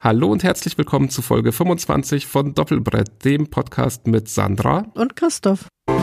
Hallo und herzlich willkommen zu Folge 25 von Doppelbrett, dem Podcast mit Sandra und Christoph.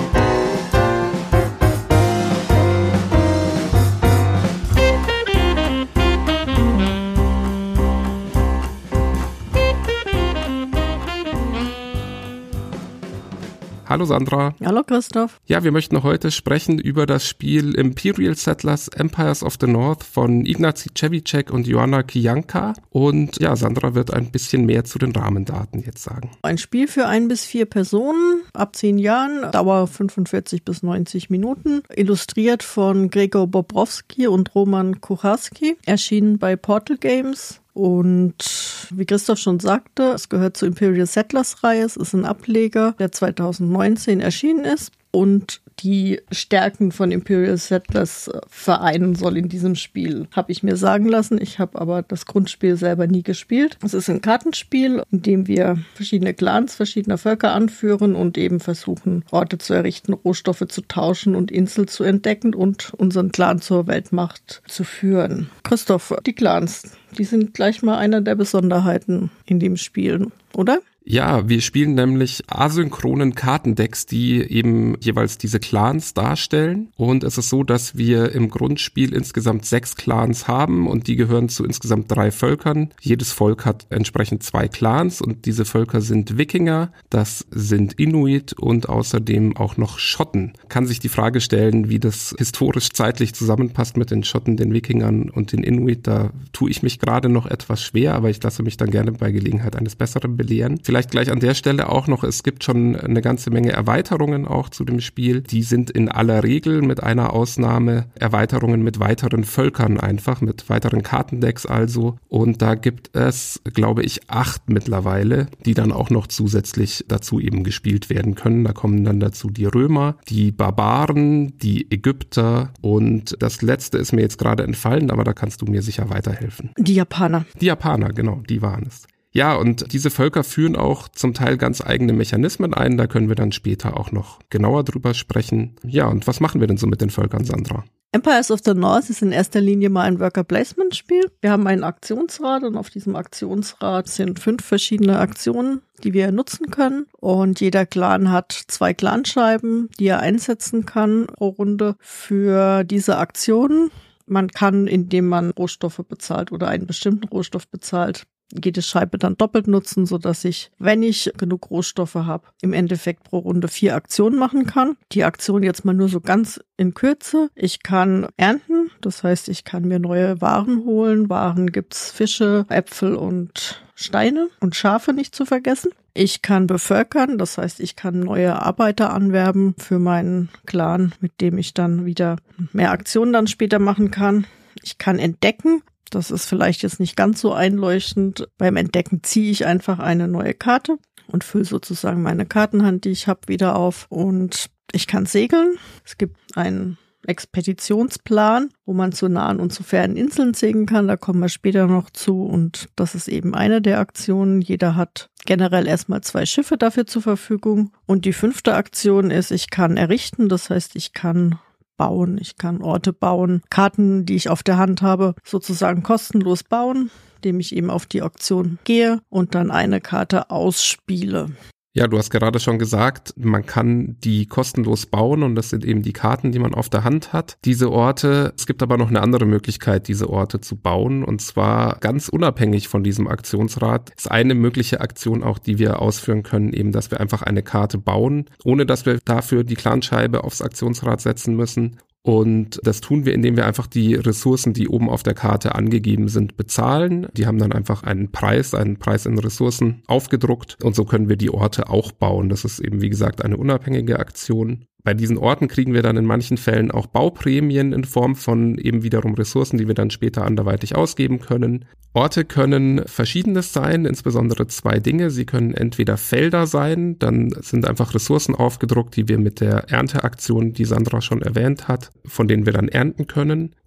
Hallo Sandra. Hallo Christoph. Ja, wir möchten heute sprechen über das Spiel Imperial Settlers Empires of the North von Ignacy Trzewiczek und Joanna Kijanka. Und ja, Sandra wird ein bisschen mehr zu den Rahmendaten jetzt sagen. Ein Spiel für 1 bis 4 Personen ab 10 Jahren, Dauer 45 bis 90 Minuten, illustriert von Gregor Bobrowski und Roman Kucharski, erschienen bei Portal Games. Und wie Christoph schon sagte, es gehört zur Imperial Settlers-Reihe. Es ist ein Ableger, der 2019 erschienen ist und die Stärken von Imperial Settlers vereinen soll in diesem Spiel. Habe ich mir sagen lassen. Ich habe aber das Grundspiel selber nie gespielt. Es ist ein Kartenspiel, in dem wir verschiedene Clans verschiedener Völker anführen und eben versuchen, Orte zu errichten, Rohstoffe zu tauschen und Inseln zu entdecken und unseren Clan zur Weltmacht zu führen. Christoph, die Clans, die sind gleich mal einer der Besonderheiten in dem Spiel, oder? Ja, wir spielen nämlich asynchronen Kartendecks, die eben jeweils diese Clans darstellen. Und es ist so, dass wir im Grundspiel insgesamt 6 Clans haben und die gehören zu insgesamt 3 Völkern. Jedes Volk hat entsprechend 2 Clans und diese Völker sind Wikinger, das sind Inuit und außerdem auch noch Schotten. Kann sich die Frage stellen, wie das historisch zeitlich zusammenpasst mit den Schotten, den Wikingern und den Inuit. Da tue ich mich gerade noch etwas schwer, aber ich lasse mich dann gerne bei Gelegenheit eines Besseren belehren. Vielleicht gleich an der Stelle auch noch, es gibt schon eine ganze Menge Erweiterungen auch zu dem Spiel. Die sind in aller Regel mit einer Ausnahme Erweiterungen mit weiteren Völkern einfach, mit weiteren Kartendecks also. Und da gibt es, glaube ich, 8 mittlerweile, die dann auch noch zusätzlich dazu eben gespielt werden können. Da kommen dann dazu die Römer, die Barbaren, die Ägypter und das letzte ist mir jetzt gerade entfallen, aber da kannst du mir sicher weiterhelfen. Die Japaner. Die Japaner, genau, die waren es. Ja, und diese Völker führen auch zum Teil ganz eigene Mechanismen ein, da können wir dann später auch noch genauer drüber sprechen. Ja, und was machen wir denn so mit den Völkern, Sandra? Empires of the North ist in erster Linie mal ein Worker-Placement-Spiel. Wir haben einen Aktionsrad und auf diesem Aktionsrad sind 5 verschiedene Aktionen, die wir nutzen können. Und jeder Clan hat 2 Clanscheiben, die er einsetzen kann pro Runde für diese Aktionen. Man kann, indem man Rohstoffe bezahlt oder einen bestimmten Rohstoff bezahlt, jede Scheibe dann doppelt nutzen, sodass ich, wenn ich genug Rohstoffe habe, im Endeffekt pro Runde 4 Aktionen machen kann. Die Aktion jetzt mal nur so ganz in Kürze. Ich kann ernten, das heißt, ich kann mir neue Waren holen. Waren gibt's Fische, Äpfel und Steine und Schafe nicht zu vergessen. Ich kann bevölkern, das heißt, ich kann neue Arbeiter anwerben für meinen Clan, mit dem ich dann wieder mehr Aktionen dann später machen kann. Ich kann entdecken. Das ist vielleicht jetzt nicht ganz so einleuchtend. Beim Entdecken ziehe ich einfach eine neue Karte und fülle sozusagen meine Kartenhand, die ich habe, wieder auf. Und ich kann segeln. Es gibt einen Expeditionsplan, wo man zu nahen und zu fernen Inseln segeln kann. Da kommen wir später noch zu. Und das ist eben eine der Aktionen. Jeder hat generell erstmal 2 Schiffe dafür zur Verfügung. Und die 5. Aktion ist, ich kann errichten. Das heißt, ich kann bauen, ich kann Orte bauen, Karten, die ich auf der Hand habe, sozusagen kostenlos bauen, indem ich eben auf die Auktion gehe und dann eine Karte ausspiele. Ja, du hast gerade schon gesagt, man kann die kostenlos bauen und das sind eben die Karten, die man auf der Hand hat. Diese Orte, es gibt aber noch eine andere Möglichkeit, diese Orte zu bauen und zwar ganz unabhängig von diesem Aktionsrad. Ist eine mögliche Aktion auch, die wir ausführen können, eben, dass wir einfach eine Karte bauen, ohne dass wir dafür die Clanscheibe aufs Aktionsrad setzen müssen. Und das tun wir, indem wir einfach die Ressourcen, die oben auf der Karte angegeben sind, bezahlen. Die haben dann einfach einen Preis in Ressourcen aufgedruckt und so können wir die Orte auch bauen. Das ist eben, wie gesagt, eine unabhängige Aktion. Bei diesen Orten kriegen wir dann in manchen Fällen auch Bauprämien in Form von eben wiederum Ressourcen, die wir dann später anderweitig ausgeben können. Orte können Verschiedenes sein, insbesondere 2 Dinge. Sie können entweder Felder sein, dann sind einfach Ressourcen aufgedruckt, die wir mit der Ernteaktion, die Sandra schon erwähnt hat, von denen wir dann ernten können.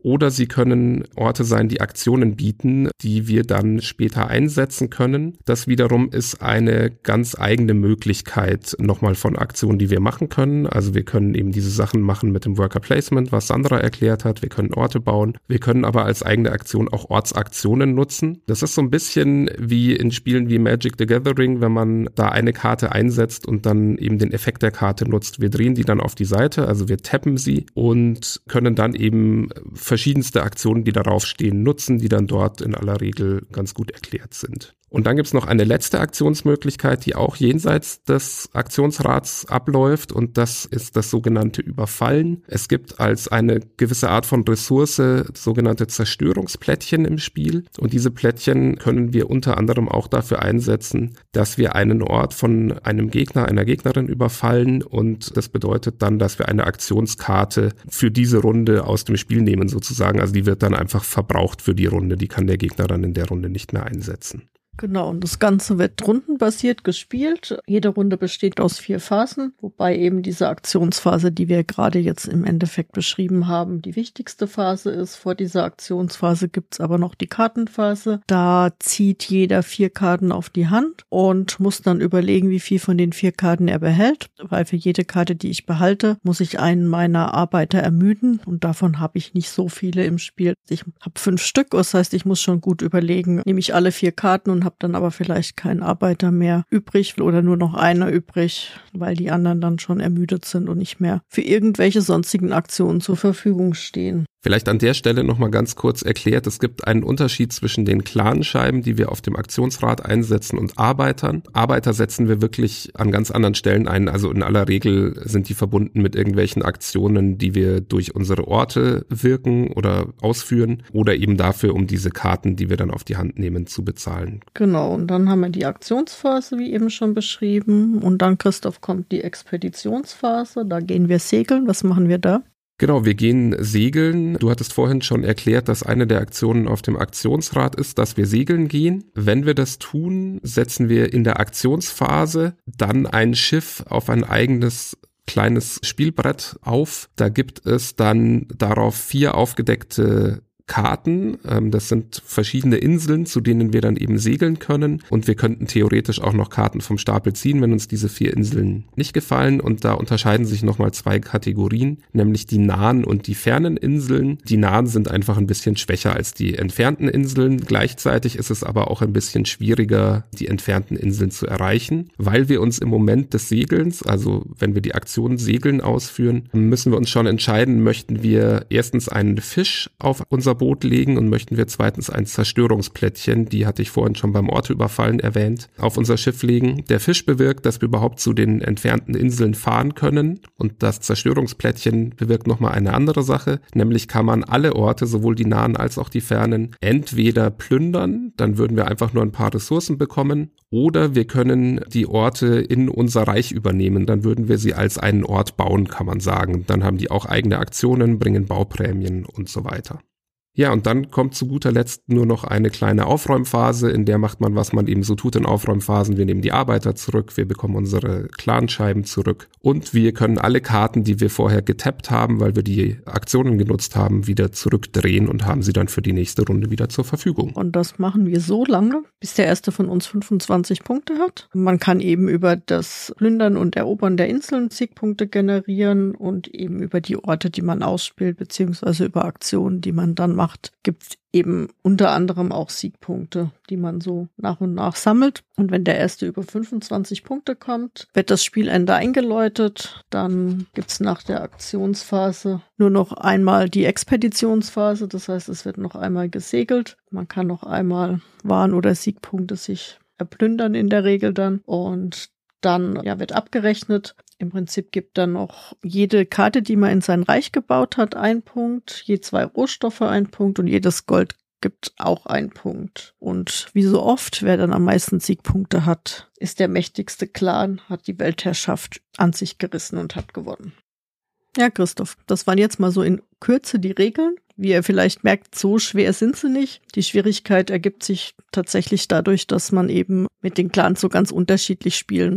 Oder sie können Orte sein, die Aktionen bieten, die wir dann später einsetzen können. Das wiederum ist eine ganz eigene Möglichkeit nochmal von Aktionen, die wir machen können. Also wir können eben diese Sachen machen mit dem Worker Placement, was Sandra erklärt hat. Wir können Orte bauen. Wir können aber als eigene Aktion auch Ortsaktionen nutzen. Das ist so ein bisschen wie in Spielen wie Magic the Gathering, wenn man da eine Karte einsetzt und dann eben den Effekt der Karte nutzt. Wir drehen die dann auf die Seite, also wir tappen sie und können dann eben verschiedenste Aktionen, die darauf stehen, nutzen, die dann dort in aller Regel ganz gut erklärt sind. Und dann gibt's noch eine letzte Aktionsmöglichkeit, die auch jenseits des Aktionsrads abläuft, und das ist das sogenannte Überfallen. Es gibt als eine gewisse Art von Ressource sogenannte Zerstörungsplättchen im Spiel, und diese Plättchen können wir unter anderem auch dafür einsetzen, dass wir einen Ort von einem Gegner, einer Gegnerin überfallen, und das bedeutet dann, dass wir eine Aktionskarte für diese Runde aus dem Spiel nehmen sozusagen. Also die wird dann einfach verbraucht für die Runde, die kann der Gegner dann in der Runde nicht mehr einsetzen. Genau, und das Ganze wird rundenbasiert gespielt. Jede Runde besteht aus 4 Phasen, wobei eben diese Aktionsphase, die wir gerade jetzt im Endeffekt beschrieben haben, die wichtigste Phase ist. Vor dieser Aktionsphase gibt's aber noch die Kartenphase. Da zieht jeder 4 Karten auf die Hand und muss dann überlegen, wie viel von den 4 Karten er behält, weil für jede Karte, die ich behalte, muss ich einen meiner Arbeiter ermüden, und davon habe ich nicht so viele im Spiel. Ich habe 5 Stück, das heißt, ich muss schon gut überlegen, nehme ich alle 4 Karten und habe dann aber vielleicht keinen Arbeiter mehr übrig oder nur noch einer übrig, weil die anderen dann schon ermüdet sind und nicht mehr für irgendwelche sonstigen Aktionen zur Verfügung stehen. Vielleicht an der Stelle nochmal ganz kurz erklärt, es gibt einen Unterschied zwischen den Clanscheiben, die wir auf dem Aktionsrad einsetzen, und Arbeitern. Arbeiter setzen wir wirklich an ganz anderen Stellen ein, also in aller Regel sind die verbunden mit irgendwelchen Aktionen, die wir durch unsere Orte wirken oder ausführen, oder eben dafür, um diese Karten, die wir dann auf die Hand nehmen, zu bezahlen. Genau, und dann haben wir die Aktionsphase, wie eben schon beschrieben, und dann, Christoph, kommt die Expeditionsphase, da gehen wir segeln. Was machen wir da? Genau, wir gehen segeln. Du hattest vorhin schon erklärt, dass eine der Aktionen auf dem Aktionsrad ist, dass wir segeln gehen. Wenn wir das tun, setzen wir in der Aktionsphase dann ein Schiff auf ein eigenes kleines Spielbrett auf. Da gibt es dann darauf 4 aufgedeckte Karten. Das sind verschiedene Inseln, zu denen wir dann eben segeln können, und wir könnten theoretisch auch noch Karten vom Stapel ziehen, wenn uns diese 4 Inseln nicht gefallen, und da unterscheiden sich nochmal 2 Kategorien, nämlich die nahen und die fernen Inseln. Die nahen sind einfach ein bisschen schwächer als die entfernten Inseln. Gleichzeitig ist es aber auch ein bisschen schwieriger, die entfernten Inseln zu erreichen, weil wir uns im Moment des Segelns, also wenn wir die Aktion Segeln ausführen, müssen wir uns schon entscheiden, möchten wir erstens einen Fisch auf unser Boot legen und möchten wir zweitens ein Zerstörungsplättchen, die hatte ich vorhin schon beim Orte überfallen erwähnt, auf unser Schiff legen. Der Fisch bewirkt, dass wir überhaupt zu den entfernten Inseln fahren können, und das Zerstörungsplättchen bewirkt nochmal eine andere Sache, nämlich kann man alle Orte, sowohl die nahen als auch die fernen, entweder plündern, dann würden wir einfach nur ein paar Ressourcen bekommen, oder wir können die Orte in unser Reich übernehmen, dann würden wir sie als einen Ort bauen, kann man sagen. Dann haben die auch eigene Aktionen, bringen Bauprämien und so weiter. Ja, und dann kommt zu guter Letzt nur noch eine kleine Aufräumphase, in der macht man, was man eben so tut in Aufräumphasen. Wir nehmen die Arbeiter zurück, wir bekommen unsere Clanscheiben zurück, und wir können alle Karten, die wir vorher getappt haben, weil wir die Aktionen genutzt haben, wieder zurückdrehen und haben sie dann für die nächste Runde wieder zur Verfügung. Und das machen wir so lange, bis der erste von uns 25 Punkte hat. Man kann eben über das Plündern und Erobern der Inseln Siegpunkte generieren, und eben über die Orte, die man ausspielt, beziehungsweise über Aktionen, die man dann macht, gibt es eben unter anderem auch Siegpunkte, die man so nach und nach sammelt. Und wenn der erste über 25 Punkte kommt, wird das Spielende eingeläutet. Dann gibt es nach der Aktionsphase nur noch einmal die Expeditionsphase. Das heißt, es wird noch einmal gesegelt. Man kann noch einmal Waren- oder Siegpunkte sich erplündern in der Regel dann. Und dann wird abgerechnet. Im Prinzip gibt dann noch jede Karte, die man in sein Reich gebaut hat, 1 Punkt, je 2 Rohstoffe 1 Punkt, und jedes Gold gibt auch 1 Punkt. Und wie so oft, wer dann am meisten Siegpunkte hat, ist der mächtigste Clan, hat die Weltherrschaft an sich gerissen und hat gewonnen. Ja, Christoph, das waren jetzt mal so in Kürze die Regeln. Wie ihr vielleicht merkt, so schwer sind sie nicht. Die Schwierigkeit ergibt sich tatsächlich dadurch, dass man eben mit den Clans so ganz unterschiedlich spielen muss.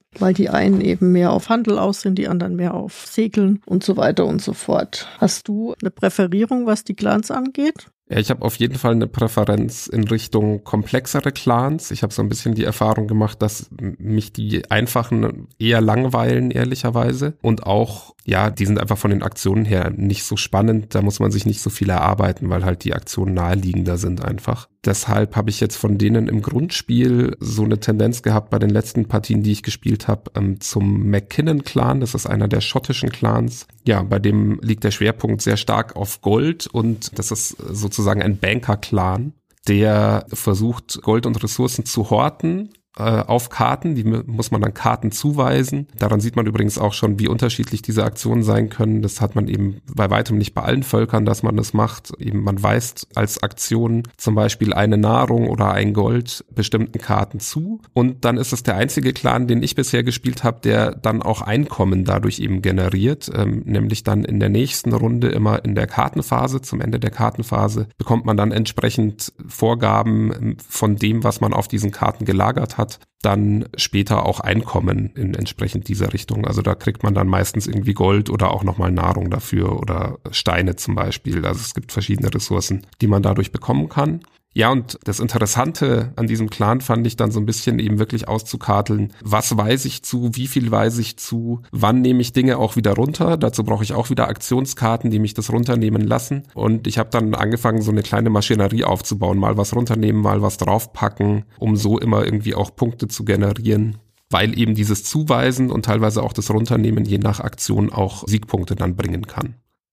weil die einen eben mehr auf Handel aus sind, die anderen mehr auf Segeln und so weiter und so fort. Hast du eine Präferierung, was die Clans angeht? Ja, ich habe auf jeden Fall eine Präferenz in Richtung komplexere Clans. Ich habe so ein bisschen die Erfahrung gemacht, dass mich die einfachen eher langweilen, ehrlicherweise. Und auch, ja, die sind einfach von den Aktionen her nicht so spannend. Da muss man sich nicht so viel erarbeiten, weil halt die Aktionen naheliegender sind einfach. Deshalb habe ich jetzt von denen im Grundspiel so eine Tendenz gehabt bei den letzten Partien, die ich gespielt habe, zum McKinnon-Clan. Das ist einer der schottischen Clans. Ja, bei dem liegt der Schwerpunkt sehr stark auf Gold und das ist sozusagen ein Banker-Clan, der versucht, Gold und Ressourcen zu horten auf Karten, die muss man dann Karten zuweisen. Daran sieht man übrigens auch schon, wie unterschiedlich diese Aktionen sein können. Das hat man eben bei weitem nicht bei allen Völkern, dass man das macht. Eben man weist als Aktion zum Beispiel eine Nahrung oder ein Gold bestimmten Karten zu. Und dann ist es der einzige Clan, den ich bisher gespielt habe, der dann auch Einkommen dadurch eben generiert. Nämlich dann in der nächsten Runde immer in der Kartenphase, zum Ende der Kartenphase, bekommt man dann entsprechend Vorgaben von dem, was man auf diesen Karten gelagert hat, dann später auch Einkommen in entsprechend dieser Richtung. Also da kriegt man dann meistens irgendwie Gold oder auch nochmal Nahrung dafür oder Steine zum Beispiel. Also es gibt verschiedene Ressourcen, die man dadurch bekommen kann. Ja, und das Interessante an diesem Clan fand ich dann so ein bisschen eben wirklich auszukarteln, was weise ich zu, wie viel weise ich zu, wann nehme ich Dinge auch wieder runter. Dazu brauche ich auch wieder Aktionskarten, die mich das runternehmen lassen. Und ich habe dann angefangen, so eine kleine Maschinerie aufzubauen, mal was runternehmen, mal was draufpacken, um so immer irgendwie auch Punkte zu generieren, weil eben dieses Zuweisen und teilweise auch das Runternehmen je nach Aktion auch Siegpunkte dann bringen kann.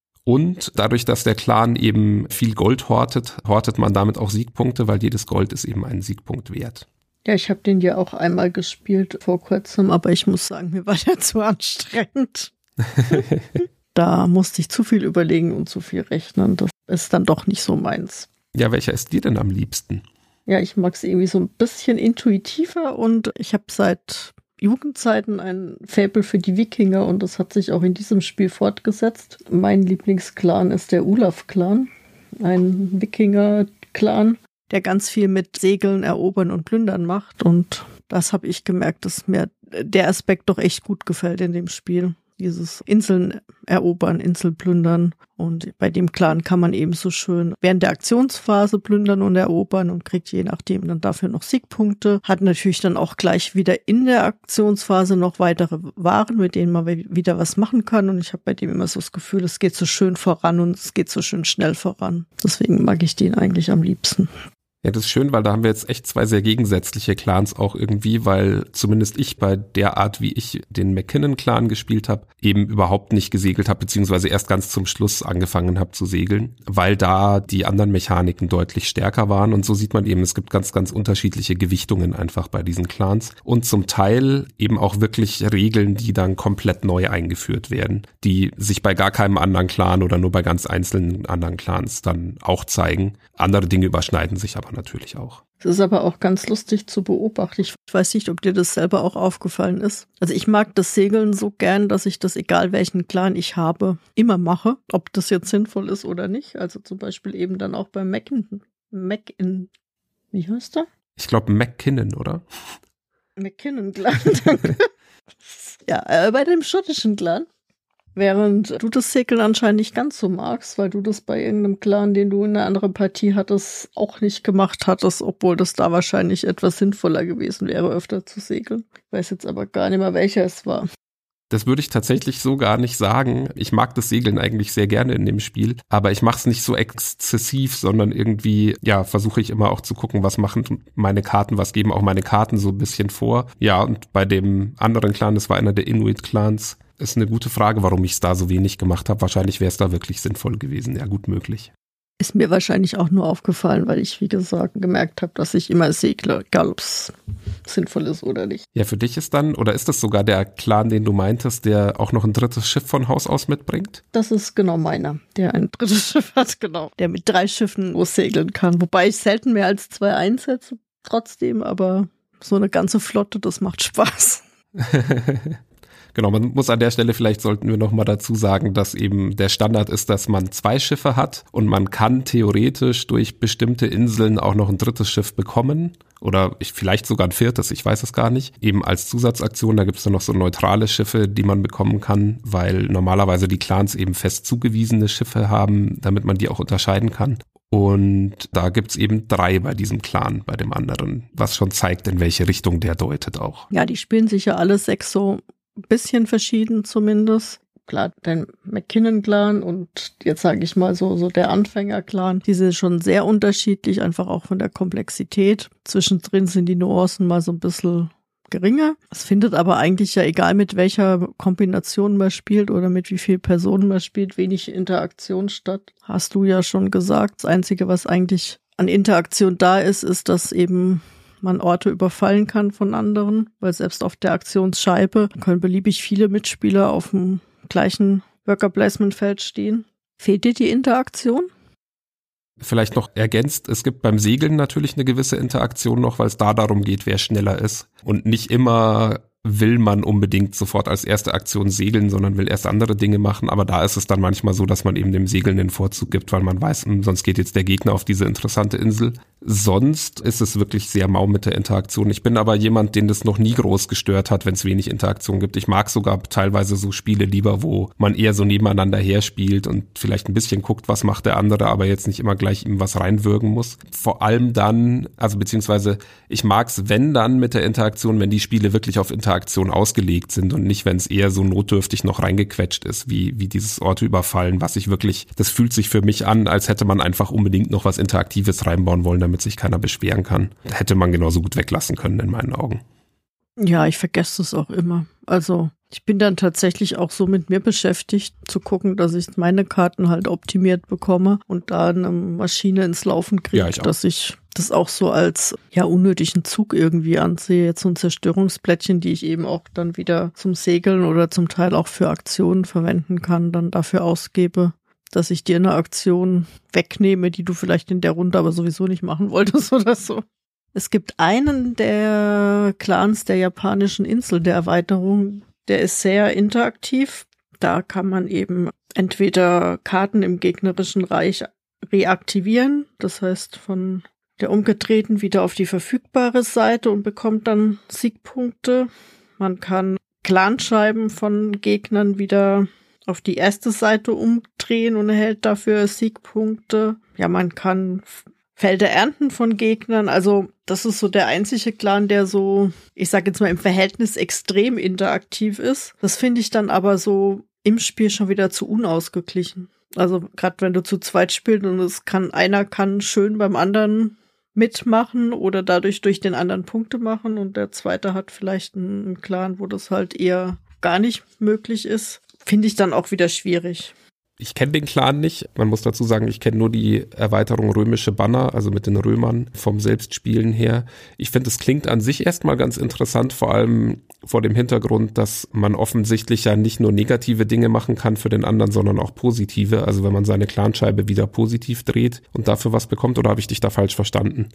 Und dadurch, dass der Clan eben viel Gold hortet, hortet man damit auch Siegpunkte, weil jedes Gold ist eben einen Siegpunkt wert. Ja, ich habe den ja auch einmal gespielt vor kurzem, aber ich muss sagen, mir war der zu anstrengend. Da musste ich zu viel überlegen und zu viel rechnen. Das ist dann doch nicht so meins. Ja, welcher ist dir denn am liebsten? Ja, ich mag es irgendwie so ein bisschen intuitiver und ich habe seit Jugendzeiten ein Faible für die Wikinger und das hat sich auch in diesem Spiel fortgesetzt. Mein Lieblingsclan ist der Olaf-Clan, ein Wikinger-Clan, der ganz viel mit Segeln, Erobern und Plündern macht und das habe ich gemerkt, dass mir der Aspekt doch echt gut gefällt in dem Spiel. Dieses Inseln erobern, Inseln plündern. Und bei dem Clan kann man eben so schön während der Aktionsphase plündern und erobern und kriegt je nachdem dann dafür noch Siegpunkte. Hat natürlich dann auch gleich wieder in der Aktionsphase noch weitere Waren, mit denen man wieder was machen kann. Und ich habe bei dem immer so das Gefühl, es geht so schön voran und es geht so schön schnell voran. Deswegen mag ich den eigentlich am liebsten. Ja, das ist schön, weil da haben wir jetzt echt zwei sehr gegensätzliche Clans auch irgendwie, weil zumindest ich bei der Art, wie ich den McKinnon-Clan gespielt habe, eben überhaupt nicht gesegelt habe, beziehungsweise erst ganz zum Schluss angefangen habe zu segeln, weil da die anderen Mechaniken deutlich stärker waren und so sieht man eben, es gibt ganz, ganz unterschiedliche Gewichtungen einfach bei diesen Clans und zum Teil eben auch wirklich Regeln, die dann komplett neu eingeführt werden, die sich bei gar keinem anderen Clan oder nur bei ganz einzelnen anderen Clans dann auch zeigen. Andere Dinge überschneiden sich aber natürlich auch. Es ist aber auch ganz lustig zu beobachten. Ich weiß nicht, ob dir das selber auch aufgefallen ist. Also ich mag das Segeln so gern, dass ich das, egal welchen Clan ich habe, immer mache. Ob das jetzt sinnvoll ist oder nicht. Also zum Beispiel eben dann auch beim wie heißt der? Ich glaube McKinnon, oder? McKinnon-Clan, danke. Ja, bei dem schottischen Clan. Während du das Segeln anscheinend nicht ganz so magst, weil du das bei irgendeinem Clan, den du in einer anderen Partie hattest, auch nicht gemacht hattest, obwohl das da wahrscheinlich etwas sinnvoller gewesen wäre, öfter zu segeln. Ich weiß jetzt aber gar nicht mehr, welcher es war. Das würde ich tatsächlich so gar nicht sagen. Ich mag das Segeln eigentlich sehr gerne in dem Spiel, aber ich mache es nicht so exzessiv, sondern irgendwie, ja, versuche ich immer auch zu gucken, was machen meine Karten, was geben auch meine Karten so ein bisschen vor. Ja, und bei dem anderen Clan, das war einer der Inuit-Clans, ist eine gute Frage, warum ich es da so wenig gemacht habe. Wahrscheinlich wäre es da wirklich sinnvoll gewesen. Ja, gut möglich. Ist mir wahrscheinlich auch nur aufgefallen, weil ich, wie gesagt, gemerkt habe, dass ich immer segle, egal ob es sinnvoll ist oder nicht. Ja, für dich ist dann, oder ist das sogar der Clan, den du meintest, der auch noch ein drittes Schiff von Haus aus mitbringt? Das ist genau meiner, der ein drittes Schiff hat, genau. Der mit 3 Schiffen lossegeln kann, wobei ich selten mehr als 2 einsetze, trotzdem, aber so eine ganze Flotte, das macht Spaß. Genau, man muss an der Stelle, vielleicht sollten wir nochmal dazu sagen, dass eben der Standard ist, dass man 2 Schiffe hat und man kann theoretisch durch bestimmte Inseln auch noch ein 3. Schiff bekommen oder vielleicht sogar ein 4., ich weiß es gar nicht. Eben als Zusatzaktion, da gibt es dann noch so neutrale Schiffe, die man bekommen kann, weil normalerweise die Clans eben fest zugewiesene Schiffe haben, damit man die auch unterscheiden kann. Und da gibt's eben 3 bei diesem Clan, bei dem anderen, was schon zeigt, in welche Richtung der deutet auch. Ja, die spielen sich ja alle 6 so ein bisschen verschieden zumindest. Klar, der McKinnon-Clan und jetzt sage ich mal so der Anfänger-Clan, die sind schon sehr unterschiedlich, einfach auch von der Komplexität. Zwischendrin sind die Nuancen mal so ein bisschen geringer. Es findet aber eigentlich ja, egal mit welcher Kombination man spielt oder mit wie vielen Personen man spielt, wenig Interaktion statt. Hast du ja schon gesagt. Das Einzige, was eigentlich an Interaktion da ist, ist, dass eben man Orte überfallen kann von anderen, weil selbst auf der Aktionsscheibe können beliebig viele Mitspieler auf dem gleichen Worker-Placement-Feld stehen. Fehlt dir die Interaktion? Vielleicht noch ergänzt, es gibt beim Segeln natürlich eine gewisse Interaktion noch, weil es da darum geht, wer schneller ist. Und nicht immer will man unbedingt sofort als erste Aktion segeln, sondern will erst andere Dinge machen. Aber da ist es dann manchmal so, dass man eben dem Segeln den Vorzug gibt, weil man weiß, sonst geht jetzt der Gegner auf diese interessante Insel. Sonst ist es wirklich sehr mau mit der Interaktion. Ich bin aber jemand, den das noch nie groß gestört hat, wenn es wenig Interaktion gibt. Ich mag sogar teilweise so Spiele lieber, wo man eher so nebeneinander her spielt und vielleicht ein bisschen guckt, was macht der andere, aber jetzt nicht immer gleich ihm was reinwürgen muss. Vor allem dann, also beziehungsweise ich mag es, wenn dann mit der Interaktion, wenn die Spiele wirklich auf Interaktion ausgelegt sind und nicht, wenn es eher so notdürftig noch reingequetscht ist, wie dieses Orte überfallen, was ich wirklich, das fühlt sich für mich an, als hätte man einfach unbedingt noch was Interaktives reinbauen wollen, damit sich keiner beschweren kann. Hätte man genauso gut weglassen können, in meinen Augen. Ja, ich vergesse es auch immer. Also ich bin dann tatsächlich auch so mit mir beschäftigt, zu gucken, dass ich meine Karten halt optimiert bekomme und da eine Maschine ins Laufen kriege, dass ich das auch so als unnötigen Zug irgendwie ansehe. Jetzt so ein Zerstörungsplättchen, die ich eben auch dann wieder zum Segeln oder zum Teil auch für Aktionen verwenden kann, dann dafür ausgebe, dass ich dir eine Aktion wegnehme, die du vielleicht in der Runde aber sowieso nicht machen wolltest oder so. Es gibt einen der Clans der japanischen Insel der Erweiterung, der ist sehr interaktiv. Da kann man eben entweder Karten im gegnerischen Reich reaktivieren, das heißt von der umgedrehten wieder auf die verfügbare Seite und bekommt dann Siegpunkte. Man kann Clanscheiben von Gegnern wieder auf die erste Seite umdrehen und erhält dafür Siegpunkte. Ja, man kann Felder ernten von Gegnern. Also das ist so der einzige Clan, der so, ich sage jetzt mal im Verhältnis extrem interaktiv ist. Das finde ich dann aber so im Spiel schon wieder zu unausgeglichen. Also gerade wenn du zu zweit spielst und einer kann schön beim anderen mitmachen oder dadurch durch den anderen Punkte machen und der zweite hat vielleicht einen Clan, wo das halt eher gar nicht möglich ist. Finde ich dann auch wieder schwierig. Ich kenne den Clan nicht. Man muss dazu sagen, ich kenne nur die Erweiterung Römische Banner, also mit den Römern vom Selbstspielen her. Ich finde, es klingt an sich erstmal ganz interessant, vor allem vor dem Hintergrund, dass man offensichtlich ja nicht nur negative Dinge machen kann für den anderen, sondern auch positive. Also wenn man seine Clanscheibe wieder positiv dreht und dafür was bekommt, oder habe ich dich da falsch verstanden?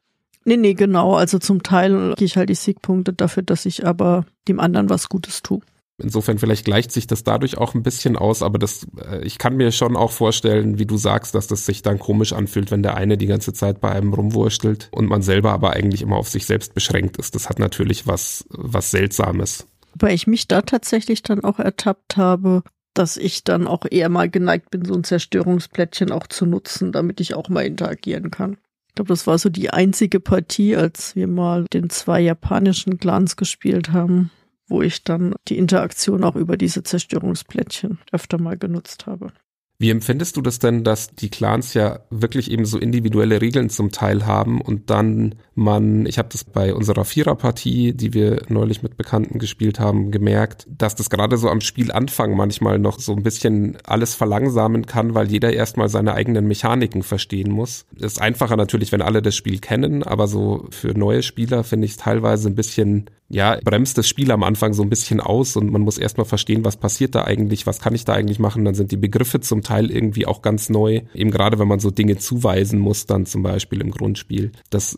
Nee, genau. Also zum Teil gehe ich halt die Siegpunkte dafür, dass ich aber dem anderen was Gutes tue. Insofern vielleicht gleicht sich das dadurch auch ein bisschen aus, aber ich kann mir schon auch vorstellen, wie du sagst, dass das sich dann komisch anfühlt, wenn der eine die ganze Zeit bei einem rumwurstelt und man selber aber eigentlich immer auf sich selbst beschränkt ist. Das hat natürlich was Seltsames. Wobei ich mich da tatsächlich dann auch ertappt habe, dass ich dann auch eher mal geneigt bin, so ein Zerstörungsplättchen auch zu nutzen, damit ich auch mal interagieren kann. Ich glaube, das war so die einzige Partie, als wir mal den 2 japanischen Clans gespielt haben, wo ich dann die Interaktion auch über diese Zerstörungsplättchen öfter mal genutzt habe. Wie empfindest du das denn, dass die Clans ja wirklich eben so individuelle Regeln zum Teil haben und dann ich habe das bei unserer Viererpartie, die wir neulich mit Bekannten gespielt haben, gemerkt, dass das gerade so am Spielanfang manchmal noch so ein bisschen alles verlangsamen kann, weil jeder erstmal seine eigenen Mechaniken verstehen muss. Das ist einfacher natürlich, wenn alle das Spiel kennen, aber so für neue Spieler finde ich es teilweise ein bisschen, bremst das Spiel am Anfang so ein bisschen aus und man muss erstmal verstehen, was passiert da eigentlich, was kann ich da eigentlich machen, dann sind die Begriffe zum Teil irgendwie auch ganz neu, eben gerade wenn man so Dinge zuweisen muss, dann zum Beispiel im Grundspiel. Das sind dann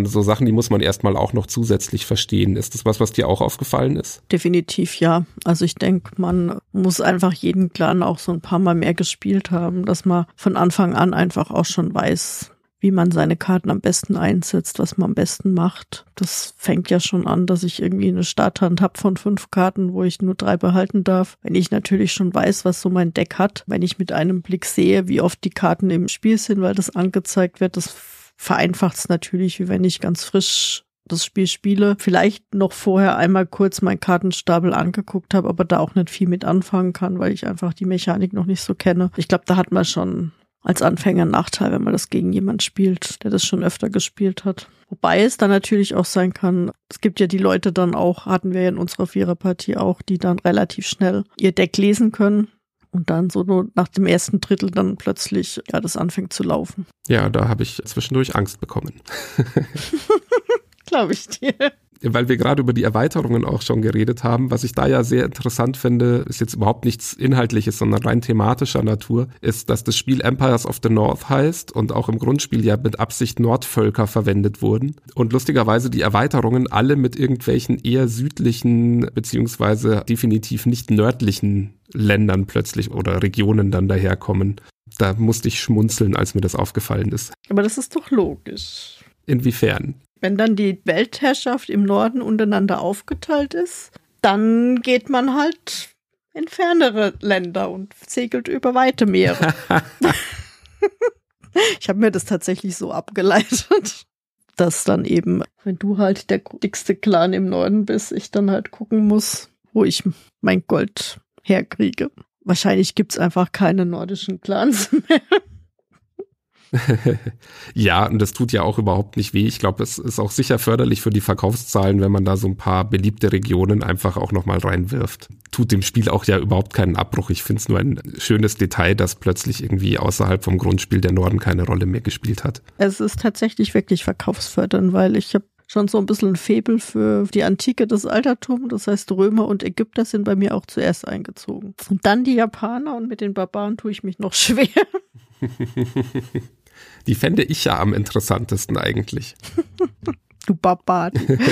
dann so Sachen, die muss man erstmal auch noch zusätzlich verstehen. Ist das was dir auch aufgefallen ist? Definitiv ja. Also ich denke, man muss einfach jeden Clan auch so ein paar Mal mehr gespielt haben, dass man von Anfang an einfach auch schon weiß, wie man seine Karten am besten einsetzt, was man am besten macht. Das fängt ja schon an, dass ich irgendwie eine Starthand habe von 5 Karten, wo ich nur 3 behalten darf. Wenn ich natürlich schon weiß, was so mein Deck hat, wenn ich mit einem Blick sehe, wie oft die Karten im Spiel sind, weil das angezeigt wird, das vereinfacht es natürlich, wie wenn ich ganz frisch das Spiel spiele. Vielleicht noch vorher einmal kurz meinen Kartenstapel angeguckt habe, aber da auch nicht viel mit anfangen kann, weil ich einfach die Mechanik noch nicht so kenne. Ich glaube, da hat man schon als Anfänger einen Nachteil, wenn man das gegen jemand spielt, der das schon öfter gespielt hat. Wobei es dann natürlich auch sein kann, es gibt ja die Leute dann auch, hatten wir ja in unserer Viererpartie auch, die dann relativ schnell ihr Deck lesen können und dann so nur nach dem ersten Drittel dann plötzlich ja das anfängt zu laufen. Ja, da habe ich zwischendurch Angst bekommen. Glaube ich dir. Weil wir gerade über die Erweiterungen auch schon geredet haben, was ich da ja sehr interessant finde, ist jetzt überhaupt nichts Inhaltliches, sondern rein thematischer Natur, ist, dass das Spiel Empires of the North heißt und auch im Grundspiel ja mit Absicht Nordvölker verwendet wurden. Und lustigerweise die Erweiterungen alle mit irgendwelchen eher südlichen beziehungsweise definitiv nicht nördlichen Ländern plötzlich oder Regionen dann daherkommen. Da musste ich schmunzeln, als mir das aufgefallen ist. Aber das ist doch logisch. Inwiefern? Wenn dann die Weltherrschaft im Norden untereinander aufgeteilt ist, dann geht man halt in fernere Länder und segelt über weite Meere. Ich habe mir das tatsächlich so abgeleitet, dass dann eben, wenn du halt der dickste Clan im Norden bist, ich dann halt gucken muss, wo ich mein Gold herkriege. Wahrscheinlich gibt's einfach keine nordischen Clans mehr. Ja, und das tut ja auch überhaupt nicht weh. Ich glaube, es ist auch sicher förderlich für die Verkaufszahlen, wenn man da so ein paar beliebte Regionen einfach auch nochmal reinwirft. Tut dem Spiel auch ja überhaupt keinen Abbruch. Ich finde es nur ein schönes Detail, dass plötzlich irgendwie außerhalb vom Grundspiel der Norden keine Rolle mehr gespielt hat. Es ist tatsächlich wirklich verkaufsfördernd, weil ich habe schon so ein bisschen ein Faible für die Antike, das Altertum. Das heißt, Römer und Ägypter sind bei mir auch zuerst eingezogen. Und dann die Japaner, und mit den Barbaren tue ich mich noch schwer. Die fände ich ja am interessantesten eigentlich. Du Barbar.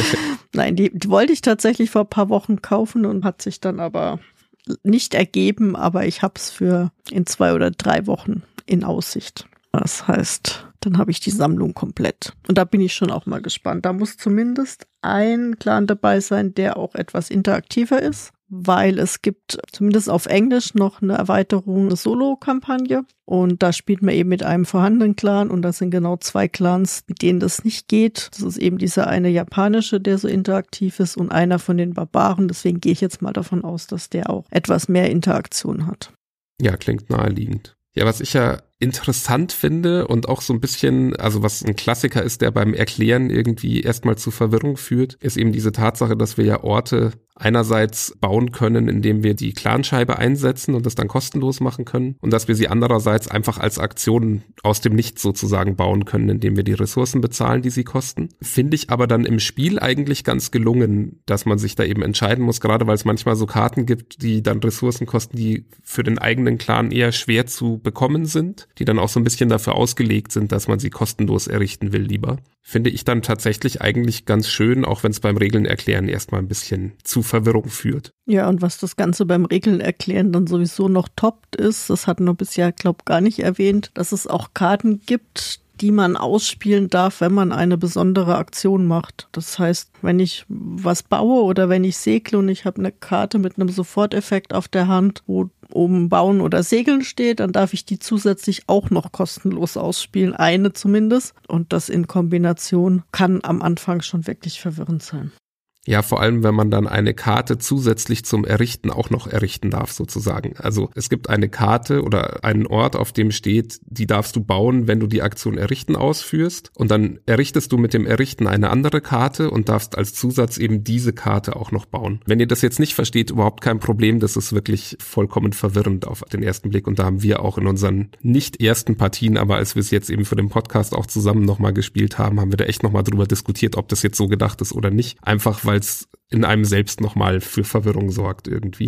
Nein, die wollte ich tatsächlich vor ein paar Wochen kaufen und hat sich dann aber nicht ergeben, aber ich habe es für in 2 oder 3 Wochen in Aussicht. Das heißt, dann habe ich die Sammlung komplett. Und da bin ich schon auch mal gespannt. Da muss zumindest ein Clan dabei sein, der auch etwas interaktiver ist, weil es gibt zumindest auf Englisch noch eine Erweiterung, eine Solo-Kampagne. Und da spielt man eben mit einem vorhandenen Clan und das sind genau 2 Clans, mit denen das nicht geht. Das ist eben dieser eine japanische, der so interaktiv ist, und einer von den Barbaren. Deswegen gehe ich jetzt mal davon aus, dass der auch etwas mehr Interaktion hat. Ja, klingt naheliegend. Ja, was ich ja interessant finde und auch so ein bisschen, also was ein Klassiker ist, der beim Erklären irgendwie erstmal zu Verwirrung führt, ist eben diese Tatsache, dass wir ja Orte einerseits bauen können, indem wir die Clanscheibe einsetzen und das dann kostenlos machen können, und dass wir sie andererseits einfach als Aktion aus dem Nichts sozusagen bauen können, indem wir die Ressourcen bezahlen, die sie kosten. Finde ich aber dann im Spiel eigentlich ganz gelungen, dass man sich da eben entscheiden muss, gerade weil es manchmal so Karten gibt, die dann Ressourcen kosten, die für den eigenen Clan eher schwer zu bekommen sind, die dann auch so ein bisschen dafür ausgelegt sind, dass man sie kostenlos errichten will lieber. Finde ich dann tatsächlich eigentlich ganz schön, auch wenn es beim Regeln erklären erstmal ein bisschen zu Verwirrung führt. Ja, und was das Ganze beim Regeln erklären dann sowieso noch toppt ist, das hatten wir bisher, gar nicht erwähnt, dass es auch Karten gibt, die man ausspielen darf, wenn man eine besondere Aktion macht. Das heißt, wenn ich was baue oder wenn ich segle und ich habe eine Karte mit einem Soforteffekt auf der Hand, wo oben Bauen oder Segeln steht, dann darf ich die zusätzlich auch noch kostenlos ausspielen, eine zumindest. Und das in Kombination kann am Anfang schon wirklich verwirrend sein. Ja, vor allem, wenn man dann eine Karte zusätzlich zum Errichten auch noch errichten darf, sozusagen. Also es gibt eine Karte oder einen Ort, auf dem steht, die darfst du bauen, wenn du die Aktion Errichten ausführst. Und dann errichtest du mit dem Errichten eine andere Karte und darfst als Zusatz eben diese Karte auch noch bauen. Wenn ihr das jetzt nicht versteht, überhaupt kein Problem. Das ist wirklich vollkommen verwirrend auf den ersten Blick. Und da haben wir auch in unseren nicht ersten Partien, aber als wir es jetzt eben für den Podcast auch zusammen nochmal gespielt haben, haben wir da echt nochmal drüber diskutiert, ob das jetzt so gedacht ist oder nicht. Einfach weil es in einem selbst nochmal für Verwirrung sorgt irgendwie.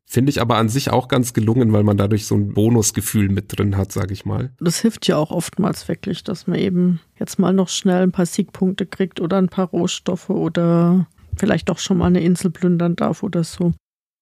Finde ich aber an sich auch ganz gelungen, weil man dadurch so ein Bonusgefühl mit drin hat, sage ich mal. Das hilft ja auch oftmals wirklich, dass man eben jetzt mal noch schnell ein paar Siegpunkte kriegt oder ein paar Rohstoffe oder vielleicht doch schon mal eine Insel plündern darf oder so.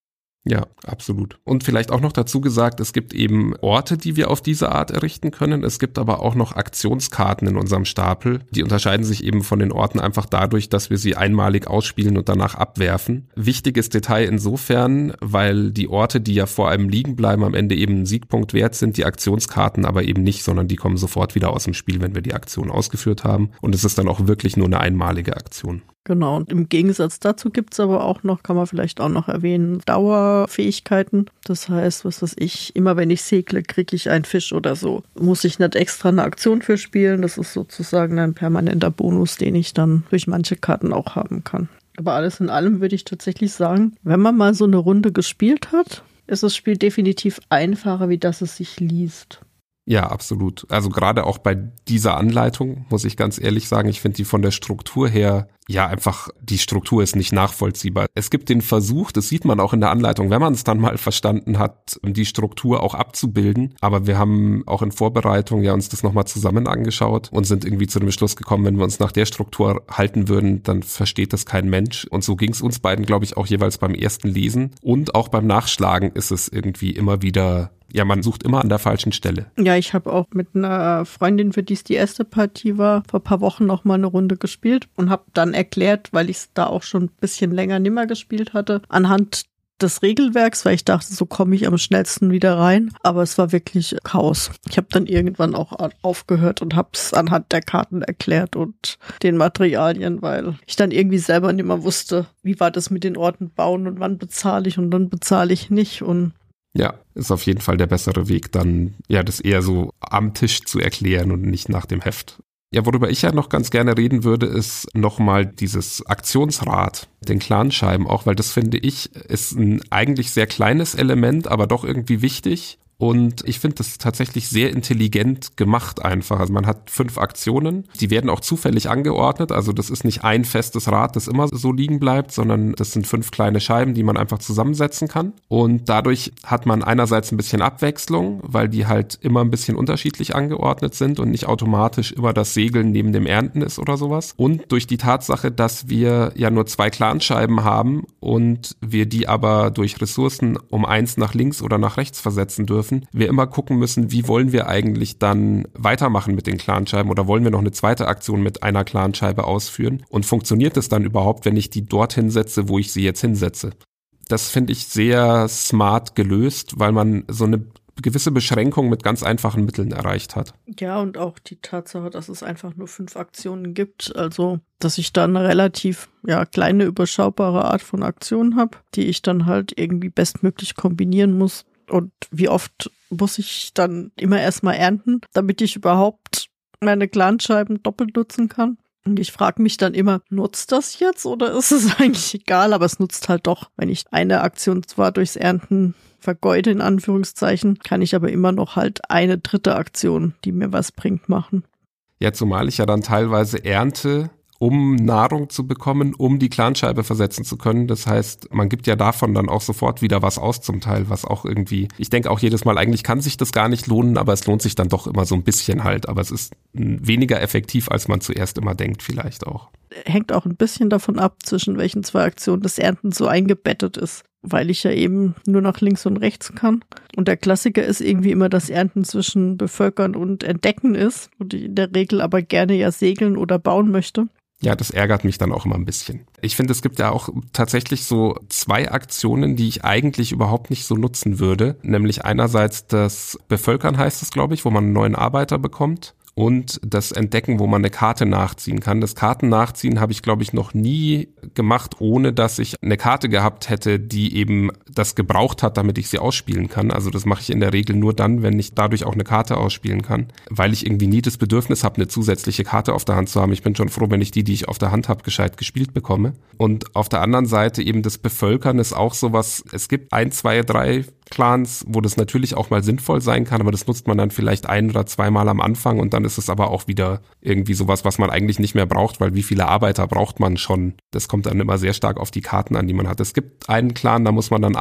Ja, absolut. Und vielleicht auch noch dazu gesagt, es gibt eben Orte, die wir auf diese Art errichten können. Es gibt aber auch noch Aktionskarten in unserem Stapel. Die unterscheiden sich eben von den Orten einfach dadurch, dass wir sie einmalig ausspielen und danach abwerfen. Wichtiges Detail insofern, weil die Orte, die ja vor einem liegen bleiben, am Ende eben einen Siegpunkt wert sind, die Aktionskarten aber eben nicht, sondern die kommen sofort wieder aus dem Spiel, wenn wir die Aktion ausgeführt haben. Und es ist dann auch wirklich nur eine einmalige Aktion. Genau, und im Gegensatz dazu gibt's aber auch noch, kann man vielleicht auch noch erwähnen, Dauerfähigkeiten. Das heißt, was weiß ich, immer wenn ich segle, kriege ich einen Fisch oder so. Muss ich nicht extra eine Aktion für spielen. Das ist sozusagen ein permanenter Bonus, den ich dann durch manche Karten auch haben kann. Aber alles in allem würde ich tatsächlich sagen, wenn man mal so eine Runde gespielt hat, ist das Spiel definitiv einfacher, wie dass es sich liest. Ja, absolut. Also gerade auch bei dieser Anleitung, muss ich ganz ehrlich sagen, ich finde die von der Struktur her, ja einfach, die Struktur ist nicht nachvollziehbar. Es gibt den Versuch, das sieht man auch in der Anleitung, wenn man es dann mal verstanden hat, die Struktur auch abzubilden. Aber wir haben auch in Vorbereitung ja uns das nochmal zusammen angeschaut und sind irgendwie zu dem Schluss gekommen, wenn wir uns nach der Struktur halten würden, dann versteht das kein Mensch. Und so ging es uns beiden, glaube ich, auch jeweils beim ersten Lesen. Und auch beim Nachschlagen ist es irgendwie immer wieder, ja, man sucht immer an der falschen Stelle. Ja, ich habe auch mit einer Freundin, für die es die erste Partie war, vor ein paar Wochen noch mal eine Runde gespielt und habe dann erklärt, weil ich es da auch schon ein bisschen länger nimmer gespielt hatte, anhand des Regelwerks, weil ich dachte, so komme ich am schnellsten wieder rein. Aber es war wirklich Chaos. Ich habe dann irgendwann auch aufgehört und habe es anhand der Karten erklärt und den Materialien, weil ich dann irgendwie selber nicht mehr wusste, wie war das mit den Orten bauen und wann bezahle ich und dann bezahle ich nicht. Und ja, ist auf jeden Fall der bessere Weg, dann ja das eher so am Tisch zu erklären und nicht nach dem Heft. Ja, worüber ich ja noch ganz gerne reden würde, ist nochmal dieses Aktionsrad, den Clanscheiben auch, weil das finde ich ist ein eigentlich sehr kleines Element, aber doch irgendwie wichtig. Und ich finde das tatsächlich sehr intelligent gemacht einfach. Also man hat 5 Aktionen, die werden auch zufällig angeordnet. Also das ist nicht ein festes Rad, das immer so liegen bleibt, sondern das sind 5 kleine Scheiben, die man einfach zusammensetzen kann. Und dadurch hat man einerseits ein bisschen Abwechslung, weil die halt immer ein bisschen unterschiedlich angeordnet sind und nicht automatisch immer das Segeln neben dem Ernten ist oder sowas. Und durch die Tatsache, dass wir ja nur 2 Clanscheiben haben und wir die aber durch Ressourcen um 1 nach links oder nach rechts versetzen dürfen, wir immer gucken müssen, wie wollen wir eigentlich dann weitermachen mit den Clanscheiben oder wollen wir noch eine zweite Aktion mit einer Clanscheibe ausführen und funktioniert es dann überhaupt, wenn ich die dorthin setze, wo ich sie jetzt hinsetze? Das finde ich sehr smart gelöst, weil man so eine gewisse Beschränkung mit ganz einfachen Mitteln erreicht hat. ja, und auch die Tatsache, dass es einfach nur 5 Aktionen gibt, also dass ich da eine relativ kleine, überschaubare Art von Aktion habe, die ich dann halt irgendwie bestmöglich kombinieren muss. Und wie oft muss ich dann immer erstmal ernten, damit ich überhaupt meine Clanscheiben doppelt nutzen kann? Und ich frage mich dann immer, nutzt das jetzt oder ist es eigentlich egal? Aber es nutzt halt doch. Wenn ich eine Aktion zwar durchs Ernten vergeude, in Anführungszeichen, kann ich aber immer noch halt eine dritte Aktion, die mir was bringt, machen. Ja, zumal ich ja dann teilweise ernte, um Nahrung zu bekommen, um die Clanscheibe versetzen zu können. Das heißt, man gibt ja davon dann auch sofort wieder was aus zum Teil, was auch irgendwie, ich denke auch jedes Mal, eigentlich kann sich das gar nicht lohnen, aber es lohnt sich dann doch immer so ein bisschen halt. Aber es ist weniger effektiv, als man zuerst immer denkt vielleicht auch. Hängt auch ein bisschen davon ab, zwischen welchen 2 Aktionen das Ernten so eingebettet ist, weil ich ja eben nur nach links und rechts kann. Und der Klassiker ist irgendwie immer, dass Ernten zwischen Bevölkern und Entdecken ist und ich in der Regel aber gerne ja segeln oder bauen möchte. Ja, das ärgert mich dann auch immer ein bisschen. Ich finde, es gibt ja auch tatsächlich so 2 Aktionen, die ich eigentlich überhaupt nicht so nutzen würde. Nämlich einerseits das Bevölkern heißt es, glaube ich, wo man einen neuen Arbeiter bekommt. Und das Entdecken, wo man eine Karte nachziehen kann. Das Kartennachziehen habe ich, glaube ich, noch nie gemacht, ohne dass ich eine Karte gehabt hätte, die eben das gebraucht hat, damit ich sie ausspielen kann. Also das mache ich in der Regel nur dann, wenn ich dadurch auch eine Karte ausspielen kann, weil ich irgendwie nie das Bedürfnis habe, eine zusätzliche Karte auf der Hand zu haben. Ich bin schon froh, wenn ich die ich auf der Hand habe, gescheit gespielt bekomme. Und auf der anderen Seite eben das Bevölkern ist auch sowas, es gibt 1, 2, 3 Clans, wo das natürlich auch mal sinnvoll sein kann, aber das nutzt man dann vielleicht 1 oder 2 Mal am Anfang und dann ist es aber auch wieder irgendwie sowas, was man eigentlich nicht mehr braucht, weil wie viele Arbeiter braucht man schon? Das kommt dann immer sehr stark auf die Karten an, die man hat. Es gibt einen Clan, da muss man dann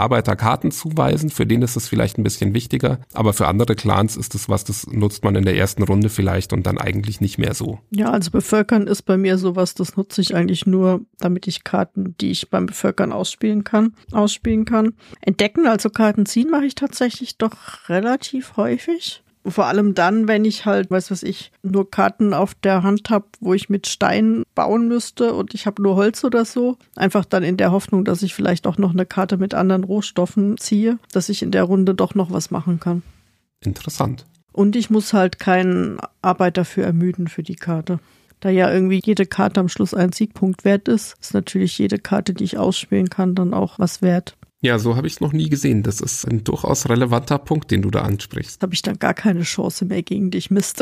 Arbeiter Karten zuweisen, für den ist es vielleicht ein bisschen wichtiger, aber für andere Clans ist es was, das nutzt man in der ersten Runde vielleicht und dann eigentlich nicht mehr so. Ja, also Bevölkern ist bei mir sowas, das nutze ich eigentlich nur, damit ich Karten, die ich beim Bevölkern ausspielen kann. Entdecken, also Karten ziehen, mache ich tatsächlich doch relativ häufig. Vor allem dann, wenn ich halt, nur Karten auf der Hand habe, wo ich mit Stein bauen müsste und ich habe nur Holz oder so. Einfach dann in der Hoffnung, dass ich vielleicht auch noch eine Karte mit anderen Rohstoffen ziehe, dass ich in der Runde doch noch was machen kann. Interessant. Und ich muss halt keinen Arbeit dafür ermüden für die Karte. Da ja irgendwie jede Karte am Schluss ein Siegpunkt wert ist natürlich jede Karte, die ich ausspielen kann, dann auch was wert. Ja, so habe ich es noch nie gesehen. Das ist ein durchaus relevanter Punkt, den du da ansprichst. Habe ich dann gar keine Chance mehr gegen dich, Mist.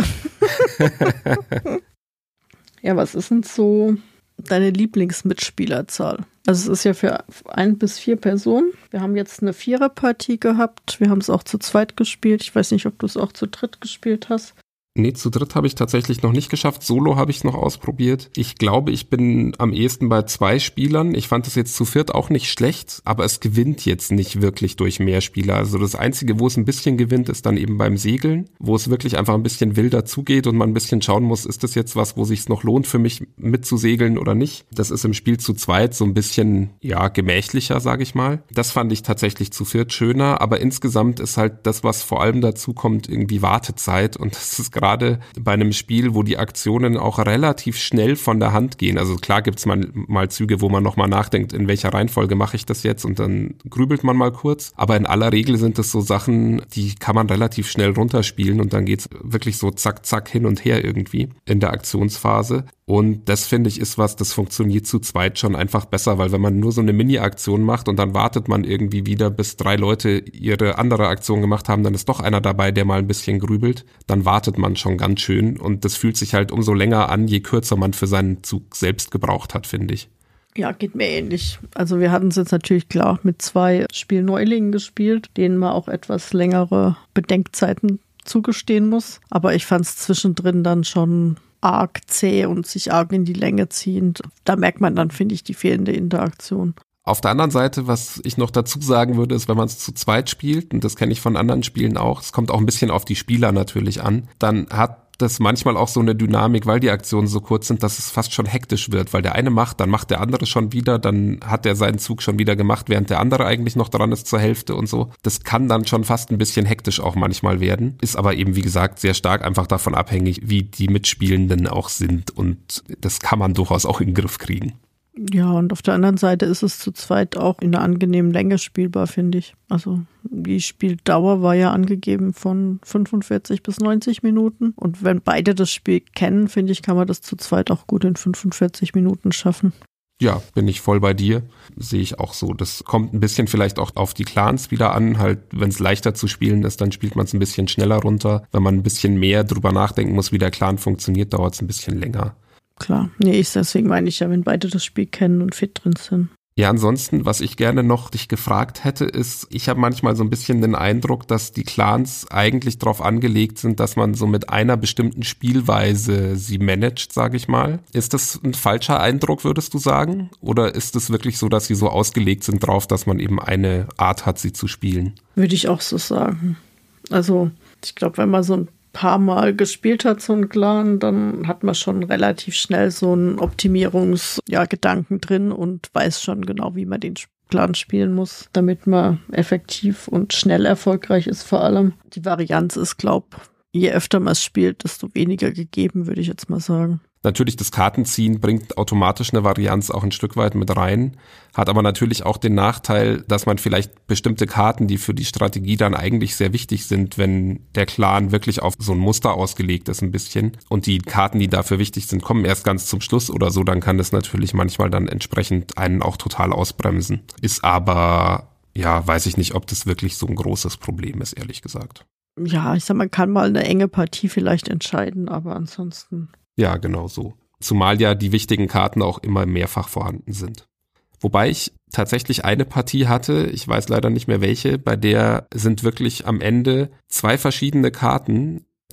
Ja, was ist denn so deine Lieblingsmitspielerzahl? Also es ist ja für 1 bis 4 Personen. Wir haben jetzt eine 4er-Partie gehabt. Wir haben es auch zu zweit gespielt. Ich weiß nicht, ob du es auch zu dritt gespielt hast. Nee, zu dritt habe ich tatsächlich noch nicht geschafft. Solo habe ich es noch ausprobiert. Ich glaube, ich bin am ehesten bei 2 Spielern. Ich fand es jetzt zu viert auch nicht schlecht, aber es gewinnt jetzt nicht wirklich durch mehr Spieler. Also das Einzige, wo es ein bisschen gewinnt, ist dann eben beim Segeln, wo es wirklich einfach ein bisschen wilder zugeht und man ein bisschen schauen muss, ist das jetzt was, wo sich's noch lohnt für mich mitzusegeln oder nicht. Das ist im Spiel zu zweit so ein bisschen, ja, gemächlicher, sage ich mal. Das fand ich tatsächlich zu viert schöner, aber insgesamt ist halt das, was vor allem dazu kommt, irgendwie Wartezeit und das ist gerade bei einem Spiel, wo die Aktionen auch relativ schnell von der Hand gehen. Also klar gibt's mal Züge, wo man nochmal nachdenkt, in welcher Reihenfolge mache ich das jetzt und dann grübelt man mal kurz. Aber in aller Regel sind das so Sachen, die kann man relativ schnell runterspielen und dann geht's wirklich so zack, zack hin und her irgendwie in der Aktionsphase. Und das finde ich ist was, das funktioniert zu zweit schon einfach besser, weil wenn man nur so eine Mini-Aktion macht und dann wartet man irgendwie wieder, bis 3 Leute ihre andere Aktion gemacht haben, dann ist doch einer dabei, der mal ein bisschen grübelt, dann wartet man schon ganz schön und das fühlt sich halt umso länger an, je kürzer man für seinen Zug selbst gebraucht hat, finde ich. Ja, geht mir ähnlich. Also wir hatten es jetzt natürlich klar mit 2 Spielneulingen gespielt, denen man auch etwas längere Bedenkzeiten zugestehen muss. Aber ich fand es zwischendrin dann schon arg zäh und sich arg in die Länge ziehend. Da merkt man dann, finde ich, die fehlende Interaktion. Auf der anderen Seite, was ich noch dazu sagen würde, ist, wenn man es zu zweit spielt, und das kenne ich von anderen Spielen auch, es kommt auch ein bisschen auf die Spieler natürlich an, dann hat das manchmal auch so eine Dynamik, weil die Aktionen so kurz sind, dass es fast schon hektisch wird, weil der eine macht, dann macht der andere schon wieder, dann hat er seinen Zug schon wieder gemacht, während der andere eigentlich noch dran ist zur Hälfte und so. Das kann dann schon fast ein bisschen hektisch auch manchmal werden, ist aber eben, wie gesagt, sehr stark einfach davon abhängig, wie die Mitspielenden auch sind und das kann man durchaus auch in den Griff kriegen. Ja, und auf der anderen Seite ist es zu zweit auch in einer angenehmen Länge spielbar, finde ich. Also die Spieldauer war ja angegeben von 45 bis 90 Minuten. Und wenn beide das Spiel kennen, finde ich, kann man das zu zweit auch gut in 45 Minuten schaffen. Ja, bin ich voll bei dir. Sehe ich auch so. Das kommt ein bisschen vielleicht auch auf die Clans wieder an. Halt, wenn es leichter zu spielen ist, dann spielt man es ein bisschen schneller runter. Wenn man ein bisschen mehr drüber nachdenken muss, wie der Clan funktioniert, dauert es ein bisschen länger. Klar, nee, deswegen meine ich ja, wenn beide das Spiel kennen und fit drin sind. Ja, ansonsten, was ich gerne noch dich gefragt hätte, ist, ich habe manchmal so ein bisschen den Eindruck, dass die Clans eigentlich darauf angelegt sind, dass man so mit einer bestimmten Spielweise sie managt, sage ich mal. Ist das ein falscher Eindruck, würdest du sagen? Oder ist es wirklich so, dass sie so ausgelegt sind drauf, dass man eben eine Art hat, sie zu spielen? Würde ich auch so sagen. Also, ich glaube, wenn man so ein paar Mal gespielt hat, so ein Clan, dann hat man schon relativ schnell so einen Optimierungsgedanken drin und weiß schon genau, wie man den Clan spielen muss, damit man effektiv und schnell erfolgreich ist vor allem. Die Varianz ist, je öfter man es spielt, desto weniger gegeben, würde ich jetzt mal sagen. Natürlich, das Kartenziehen bringt automatisch eine Varianz auch ein Stück weit mit rein, hat aber natürlich auch den Nachteil, dass man vielleicht bestimmte Karten, die für die Strategie dann eigentlich sehr wichtig sind, wenn der Clan wirklich auf so ein Muster ausgelegt ist ein bisschen und die Karten, die dafür wichtig sind, kommen erst ganz zum Schluss oder so, dann kann das natürlich manchmal dann entsprechend einen auch total ausbremsen. Ist aber, ja, weiß ich nicht, ob das wirklich so ein großes Problem ist, ehrlich gesagt. Ja, ich sag, man kann mal eine enge Partie vielleicht entscheiden, aber ansonsten... Ja, genau so. Zumal ja die wichtigen Karten auch immer mehrfach vorhanden sind. Wobei ich tatsächlich eine Partie hatte, ich weiß leider nicht mehr welche, bei der sind wirklich am Ende 2 verschiedene Karten.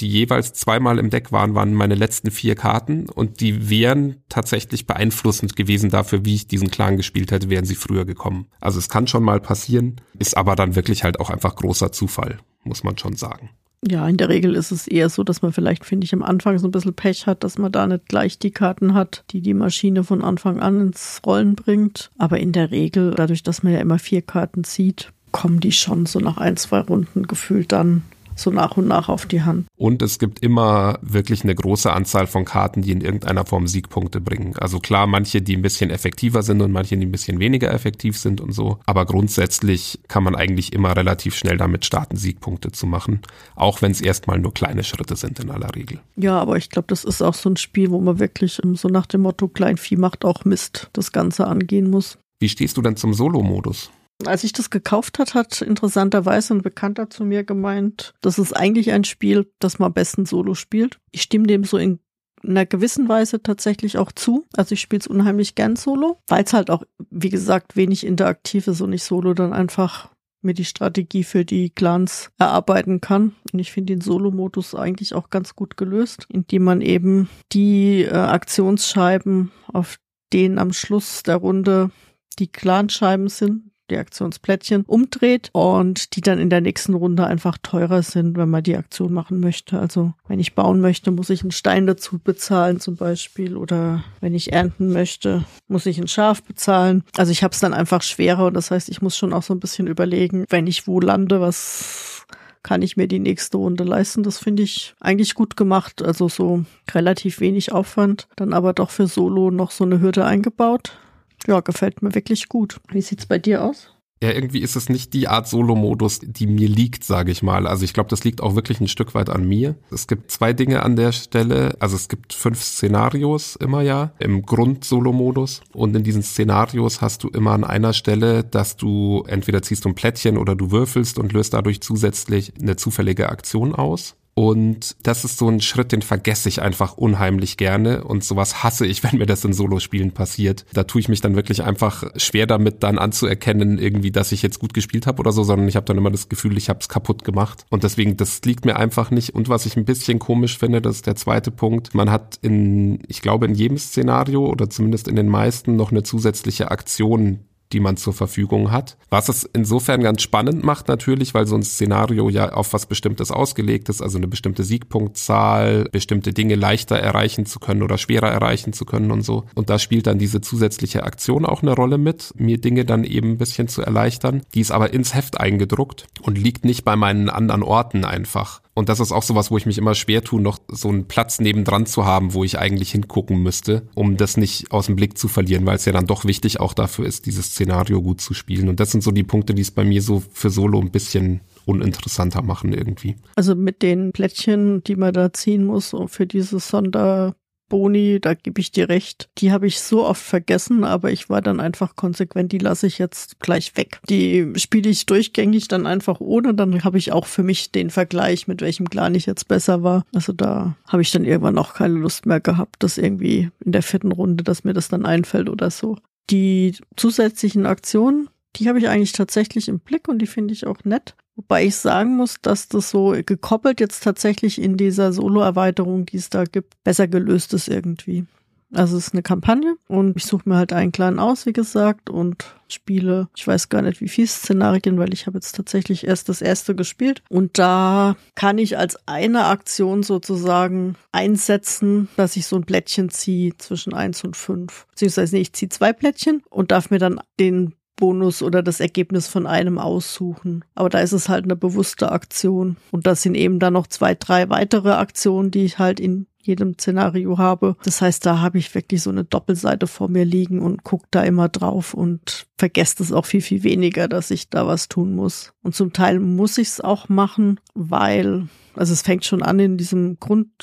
die jeweils zweimal im Deck waren meine letzten 4 Karten und die wären tatsächlich beeinflussend gewesen dafür, wie ich diesen Clan gespielt hätte, wären sie früher gekommen. Also es kann schon mal passieren, ist aber dann wirklich halt auch einfach großer Zufall, muss man schon sagen. Ja, in der Regel ist es eher so, dass man vielleicht, finde ich, am Anfang so ein bisschen Pech hat, dass man da nicht gleich die Karten hat, die die Maschine von Anfang an ins Rollen bringt. Aber in der Regel, dadurch, dass man ja immer 4 Karten zieht, kommen die schon so nach 1, 2 Runden gefühlt dann so nach und nach auf die Hand. Und es gibt immer wirklich eine große Anzahl von Karten, die in irgendeiner Form Siegpunkte bringen. Also klar, manche, die ein bisschen effektiver sind und manche, die ein bisschen weniger effektiv sind und so. Aber grundsätzlich kann man eigentlich immer relativ schnell damit starten, Siegpunkte zu machen. Auch wenn es erstmal nur kleine Schritte sind in aller Regel. Ja, aber ich glaube, das ist auch so ein Spiel, wo man wirklich so nach dem Motto Kleinvieh macht auch Mist das Ganze angehen muss. Wie stehst du denn zum Solo-Modus? Als ich das gekauft hat interessanterweise ein Bekannter zu mir gemeint, das ist eigentlich ein Spiel, das man am besten Solo spielt. Ich stimme dem so in einer gewissen Weise tatsächlich auch zu. Also ich spiele es unheimlich gern Solo, weil es halt auch, wie gesagt, wenig interaktiv ist und ich Solo dann einfach mir die Strategie für die Clans erarbeiten kann. Und ich finde den Solo-Modus eigentlich auch ganz gut gelöst, indem man eben die Aktionsscheiben, auf denen am Schluss der Runde die Clanscheiben sind, die Aktionsplättchen umdreht und die dann in der nächsten Runde einfach teurer sind, wenn man die Aktion machen möchte. Also wenn ich bauen möchte, muss ich einen Stein dazu bezahlen zum Beispiel, oder wenn ich ernten möchte, muss ich ein Schaf bezahlen. Also ich habe es dann einfach schwerer und das heißt, ich muss schon auch so ein bisschen überlegen, wenn ich wo lande, was kann ich mir die nächste Runde leisten. Das finde ich eigentlich gut gemacht. Also so relativ wenig Aufwand, dann aber doch für Solo noch so eine Hürde eingebaut. Ja, gefällt mir wirklich gut. Wie sieht's bei dir aus? Ja, irgendwie ist es nicht die Art Solo-Modus, die mir liegt, sage ich mal. Also ich glaube, das liegt auch wirklich ein Stück weit an mir. Es gibt 2 Dinge an der Stelle. Also es gibt 5 Szenarios immer ja im Grund-Solo-Modus. Und in diesen Szenarios hast du immer an einer Stelle, dass du entweder ziehst du ein Plättchen oder du würfelst und löst dadurch zusätzlich eine zufällige Aktion aus. Und das ist so ein Schritt, den vergesse ich einfach unheimlich gerne und sowas hasse ich, wenn mir das in Solospielen passiert. Da tue ich mich dann wirklich einfach schwer damit, dann anzuerkennen, irgendwie, dass ich jetzt gut gespielt habe oder so, sondern ich habe dann immer das Gefühl, ich habe es kaputt gemacht. Und deswegen, das liegt mir einfach nicht. Und was ich ein bisschen komisch finde, das ist der zweite Punkt, man hat ich glaube in jedem Szenario oder zumindest in den meisten noch eine zusätzliche Aktion, die man zur Verfügung hat. Was es insofern ganz spannend macht natürlich, weil so ein Szenario ja auf was Bestimmtes ausgelegt ist, also eine bestimmte Siegpunktzahl, bestimmte Dinge leichter erreichen zu können oder schwerer erreichen zu können und so. Und da spielt dann diese zusätzliche Aktion auch eine Rolle mit, mir Dinge dann eben ein bisschen zu erleichtern. Die ist aber ins Heft eingedruckt und liegt nicht bei meinen anderen Orten einfach. Und das ist auch sowas, wo ich mich immer schwer tue, noch so einen Platz nebendran zu haben, wo ich eigentlich hingucken müsste, um das nicht aus dem Blick zu verlieren, weil es ja dann doch wichtig auch dafür ist, dieses Szenario gut zu spielen. Und das sind so die Punkte, die es bei mir so für Solo ein bisschen uninteressanter machen irgendwie. Also mit den Plättchen, die man da ziehen muss für dieses Sonderboni, da gebe ich dir recht. Die habe ich so oft vergessen, aber ich war dann einfach konsequent, die lasse ich jetzt gleich weg. Die spiele ich durchgängig dann einfach ohne, dann habe ich auch für mich den Vergleich, mit welchem Clan ich jetzt besser war. Also da habe ich dann irgendwann auch keine Lust mehr gehabt, dass irgendwie in der 4. Runde, dass mir das dann einfällt oder so. Die zusätzlichen Aktionen, die habe ich eigentlich tatsächlich im Blick und die finde ich auch nett. Wobei ich sagen muss, dass das so gekoppelt jetzt tatsächlich in dieser Solo-Erweiterung, die es da gibt, besser gelöst ist irgendwie. Also es ist eine Kampagne und ich suche mir halt einen Clan aus, wie gesagt, und spiele, ich weiß gar nicht wie viele Szenarien, weil ich habe jetzt tatsächlich erst das erste gespielt. Und da kann ich als eine Aktion sozusagen einsetzen, dass ich so ein Plättchen ziehe zwischen 1 und 5. Beziehungsweise ich ziehe 2 Plättchen und darf mir dann den Bonus oder das Ergebnis von einem aussuchen. Aber da ist es halt eine bewusste Aktion. Und das sind eben dann noch 2, 3 weitere Aktionen, die ich halt in jedem Szenario habe. Das heißt, da habe ich wirklich so eine Doppelseite vor mir liegen und gucke da immer drauf und vergesse es auch viel, viel weniger, dass ich da was tun muss. Und zum Teil muss ich es auch machen, weil, also es fängt schon an in diesem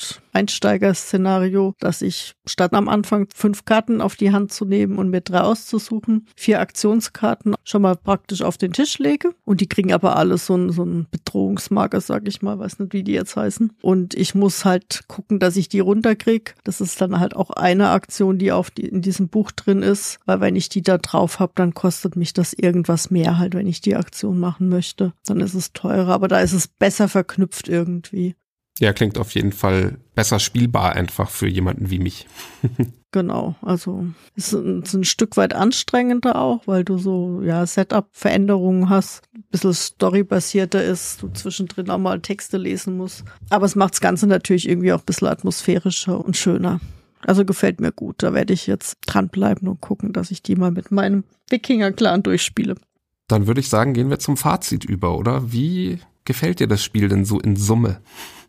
Grundeinsteiger-Szenario, dass ich statt am Anfang 5 Karten auf die Hand zu nehmen und mir 3 auszusuchen, 4 Aktionskarten schon mal praktisch auf den Tisch lege. Und die kriegen aber alles so einen Bedrohungsmarker, sag ich mal, weiß nicht, wie die jetzt heißen. Und ich muss halt gucken, dass ich die runterkriege. Das ist dann halt auch eine Aktion, die in diesem Buch drin ist, weil wenn ich die da drauf habe, dann kostet mich das irgendwas mehr halt, wenn ich die Aktion machen möchte. Dann ist es teurer, aber da ist es besser verknüpft irgendwie. Ja, klingt auf jeden Fall besser spielbar einfach für jemanden wie mich. Genau, also ist ein Stück weit anstrengender auch, weil du so Setup-Veränderungen hast, ein bisschen storybasierter ist, du zwischendrin auch mal Texte lesen musst. Aber es macht das Ganze natürlich irgendwie auch ein bisschen atmosphärischer und schöner. Also gefällt mir gut. Da werde ich jetzt dranbleiben und gucken, dass ich die mal mit meinem Wikinger-Clan durchspiele. Dann würde ich sagen, gehen wir zum Fazit über, oder? Wie gefällt dir das Spiel denn so in Summe?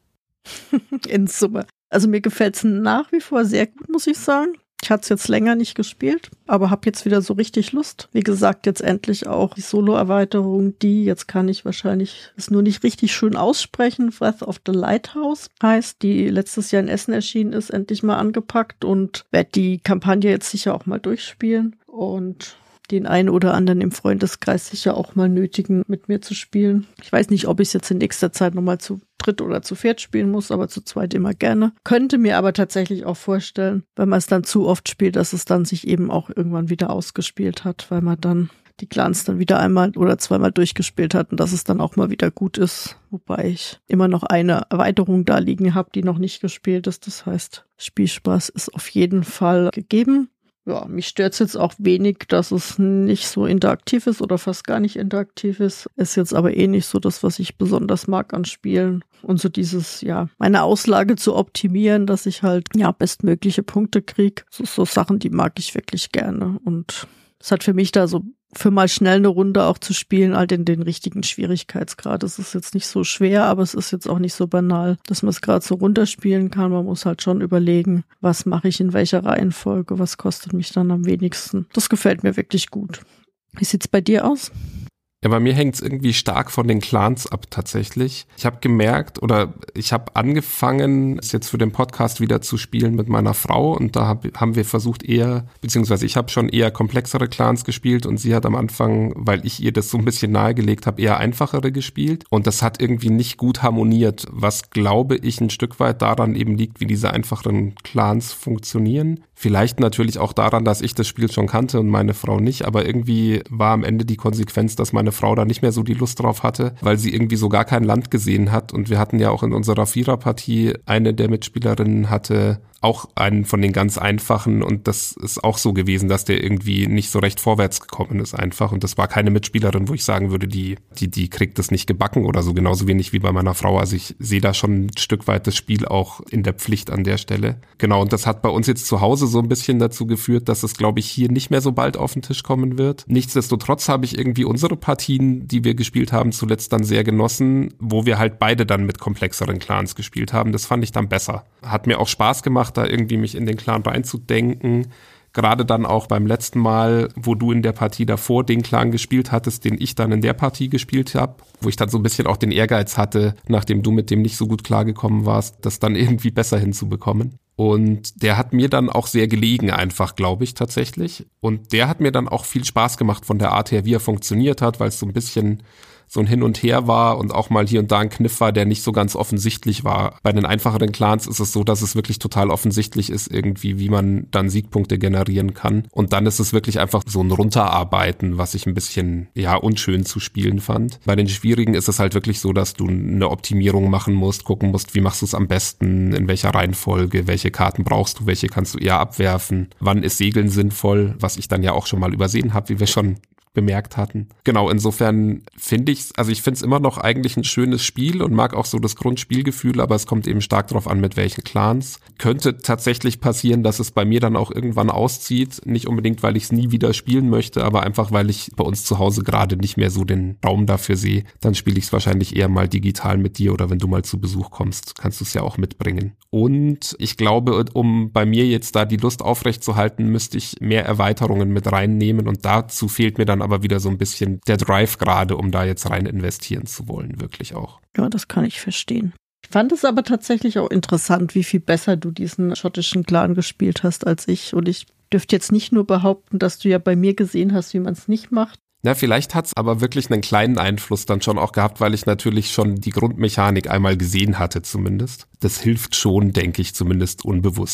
In Summe. Also mir gefällt es nach wie vor sehr gut, muss ich sagen. Ich hatte es jetzt länger nicht gespielt, aber habe jetzt wieder so richtig Lust. Wie gesagt, jetzt endlich auch die Solo-Erweiterung, jetzt kann ich wahrscheinlich es nur nicht richtig schön aussprechen, Wrath of the Lighthouse heißt, die letztes Jahr in Essen erschienen ist, endlich mal angepackt und werde die Kampagne jetzt sicher auch mal durchspielen und den einen oder anderen im Freundeskreis sicher auch mal nötigen, mit mir zu spielen. Ich weiß nicht, ob ich es jetzt in nächster Zeit nochmal zu dritt oder zu viert spielen muss, aber zu zweit immer gerne. Könnte mir aber tatsächlich auch vorstellen, wenn man es dann zu oft spielt, dass es dann sich eben auch irgendwann wieder ausgespielt hat, weil man dann die Clans dann wieder einmal oder zweimal durchgespielt hat und dass es dann auch mal wieder gut ist. Wobei ich immer noch eine Erweiterung da liegen habe, die noch nicht gespielt ist. Das heißt, Spielspaß ist auf jeden Fall gegeben. Ja, mich stört es jetzt auch wenig, dass es nicht so interaktiv ist oder fast gar nicht interaktiv ist. Ist jetzt aber nicht so das, was ich besonders mag an Spielen. Und so dieses, meine Auslage zu optimieren, dass ich halt, bestmögliche Punkte kriege. So Sachen, die mag ich wirklich gerne. Und es hat für mich da so für mal schnell eine Runde auch zu spielen, halt in den richtigen Schwierigkeitsgrad. Es ist jetzt nicht so schwer, aber es ist jetzt auch nicht so banal, dass man es gerade so runterspielen kann. Man muss halt schon überlegen, was mache ich in welcher Reihenfolge, was kostet mich dann am wenigsten. Das gefällt mir wirklich gut. Wie sieht's bei dir aus? Ja, bei mir hängt es irgendwie stark von den Clans ab tatsächlich. Ich habe gemerkt oder ich habe angefangen, es jetzt für den Podcast wieder zu spielen mit meiner Frau und da haben wir versucht beziehungsweise ich habe schon eher komplexere Clans gespielt und sie hat am Anfang, weil ich ihr das so ein bisschen nahegelegt habe, eher einfachere gespielt und das hat irgendwie nicht gut harmoniert, was glaube ich ein Stück weit daran eben liegt, wie diese einfacheren Clans funktionieren. Vielleicht natürlich auch daran, dass ich das Spiel schon kannte und meine Frau nicht, aber irgendwie war am Ende die Konsequenz, dass meine Frau da nicht mehr so die Lust drauf hatte, weil sie irgendwie so gar kein Land gesehen hat und wir hatten ja auch in unserer Viererpartie eine der Mitspielerinnen hatte auch einen von den ganz einfachen und das ist auch so gewesen, dass der irgendwie nicht so recht vorwärts gekommen ist einfach und das war keine Mitspielerin, wo ich sagen würde, die kriegt das nicht gebacken oder so, genauso wenig wie bei meiner Frau, also ich sehe da schon ein Stück weit das Spiel auch in der Pflicht an der Stelle. Genau, und das hat bei uns jetzt zu Hause so ein bisschen dazu geführt, dass es, glaube ich, hier nicht mehr so bald auf den Tisch kommen wird. Nichtsdestotrotz habe ich irgendwie unsere Partien, die wir gespielt haben, zuletzt dann sehr genossen, wo wir halt beide dann mit komplexeren Clans gespielt haben. Das fand ich dann besser. Hat mir auch Spaß gemacht, da irgendwie mich in den Clan reinzudenken. Gerade dann auch beim letzten Mal, wo du in der Partie davor den Clan gespielt hattest, den ich dann in der Partie gespielt habe, wo ich dann so ein bisschen auch den Ehrgeiz hatte, nachdem du mit dem nicht so gut klargekommen warst, das dann irgendwie besser hinzubekommen. Und der hat mir dann auch sehr gelegen einfach, glaube ich, tatsächlich. Und der hat mir dann auch viel Spaß gemacht von der Art her, wie er funktioniert hat, weil es so ein bisschen so ein Hin und Her war und auch mal hier und da ein Kniff war, der nicht so ganz offensichtlich war. Bei den einfacheren Clans ist es so, dass es wirklich total offensichtlich ist irgendwie, wie man dann Siegpunkte generieren kann. Und dann ist es wirklich einfach so ein Runterarbeiten, was ich ein bisschen, unschön zu spielen fand. Bei den schwierigen ist es halt wirklich so, dass du eine Optimierung machen musst, gucken musst, wie machst du es am besten, in welcher Reihenfolge, welche Karten brauchst du, welche kannst du eher abwerfen, wann ist Segeln sinnvoll, was ich dann ja auch schon mal übersehen habe, wie wir schon bemerkt hatten. Genau, insofern finde ich es immer noch eigentlich ein schönes Spiel und mag auch so das Grundspielgefühl, aber es kommt eben stark darauf an, mit welchen Clans. Könnte tatsächlich passieren, dass es bei mir dann auch irgendwann auszieht, nicht unbedingt, weil ich es nie wieder spielen möchte, aber einfach, weil ich bei uns zu Hause gerade nicht mehr so den Raum dafür sehe. Dann spiele ich es wahrscheinlich eher mal digital mit dir oder wenn du mal zu Besuch kommst, kannst du es ja auch mitbringen. Und ich glaube, um bei mir jetzt da die Lust aufrechtzuerhalten, müsste ich mehr Erweiterungen mit reinnehmen und dazu fehlt mir dann aber wieder so ein bisschen der Drive gerade, um da jetzt rein investieren zu wollen, wirklich auch. Ja, das kann ich verstehen. Ich fand es aber tatsächlich auch interessant, wie viel besser du diesen schottischen Clan gespielt hast als ich. Und ich dürfte jetzt nicht nur behaupten, dass du ja bei mir gesehen hast, wie man es nicht macht. Na, vielleicht hat's aber wirklich einen kleinen Einfluss dann schon auch gehabt, weil ich natürlich schon die Grundmechanik einmal gesehen hatte zumindest. Das hilft schon, denke ich, zumindest unbewusst.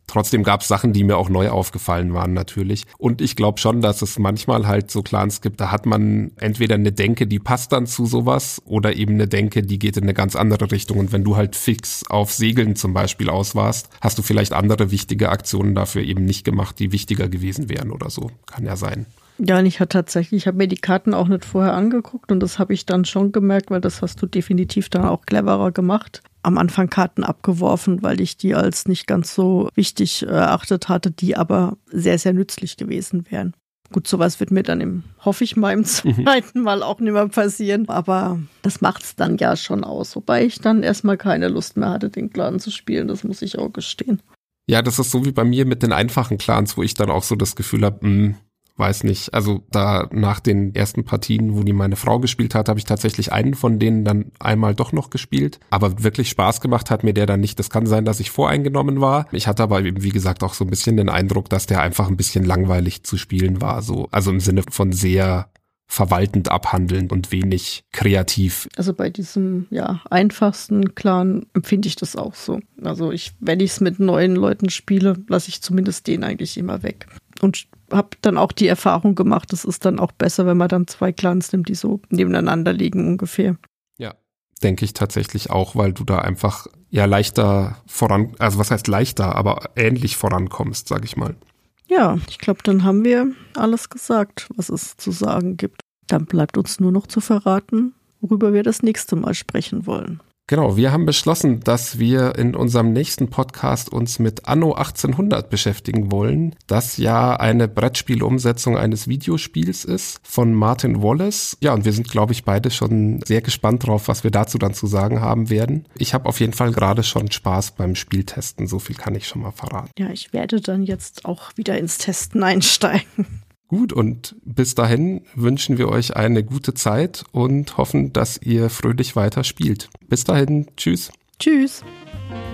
Trotzdem gab es Sachen, die mir auch neu aufgefallen waren natürlich. Und ich glaube schon, dass es manchmal halt so Clans gibt, da hat man entweder eine Denke, die passt dann zu sowas, oder eben eine Denke, die geht in eine ganz andere Richtung. Und wenn du halt fix auf Segeln zum Beispiel aus warst, hast du vielleicht andere wichtige Aktionen dafür eben nicht gemacht, die wichtiger gewesen wären oder so. Kann ja sein. Ja, und ich habe mir die Karten auch nicht vorher angeguckt und das habe ich dann schon gemerkt, weil das hast du definitiv dann auch cleverer gemacht. Am Anfang Karten abgeworfen, weil ich die als nicht ganz so wichtig erachtet hatte, die aber sehr, sehr nützlich gewesen wären. Gut, sowas wird mir dann hoffe ich mal im zweiten Mal auch nicht mehr passieren, aber das macht's dann ja schon aus. Wobei ich dann erstmal keine Lust mehr hatte, den Clan zu spielen, das muss ich auch gestehen. Ja, das ist so wie bei mir mit den einfachen Clans, wo ich dann auch so das Gefühl habe, weiß nicht, also da nach den ersten Partien, wo die meine Frau gespielt hat, habe ich tatsächlich einen von denen dann einmal doch noch gespielt. Aber wirklich Spaß gemacht hat mir der dann nicht. Das kann sein, dass ich voreingenommen war. Ich hatte aber eben, wie gesagt, auch so ein bisschen den Eindruck, dass der einfach ein bisschen langweilig zu spielen war. So, also im Sinne von sehr verwaltend abhandeln und wenig kreativ. Also bei diesem einfachsten Clan empfinde ich das auch so. Also wenn ich es mit neuen Leuten spiele, lasse ich zumindest den eigentlich immer weg. Und habe dann auch die Erfahrung gemacht, es ist dann auch besser, wenn man dann 2 Clans nimmt, die so nebeneinander liegen ungefähr. Ja, denke ich tatsächlich auch, weil du da einfach leichter also was heißt leichter, aber ähnlich vorankommst, sag ich mal. Ja, ich glaube, dann haben wir alles gesagt, was es zu sagen gibt. Dann bleibt uns nur noch zu verraten, worüber wir das nächste Mal sprechen wollen. Genau, wir haben beschlossen, dass wir in unserem nächsten Podcast uns mit Anno 1800 beschäftigen wollen, das ja eine Brettspielumsetzung eines Videospiels ist von Martin Wallace. Ja, und wir sind, glaube ich, beide schon sehr gespannt drauf, was wir dazu dann zu sagen haben werden. Ich habe auf jeden Fall gerade schon Spaß beim Spieltesten, so viel kann ich schon mal verraten. Ja, ich werde dann jetzt auch wieder ins Testen einsteigen. Gut, und bis dahin wünschen wir euch eine gute Zeit und hoffen, dass ihr fröhlich weiter spielt. Bis dahin, tschüss. Tschüss.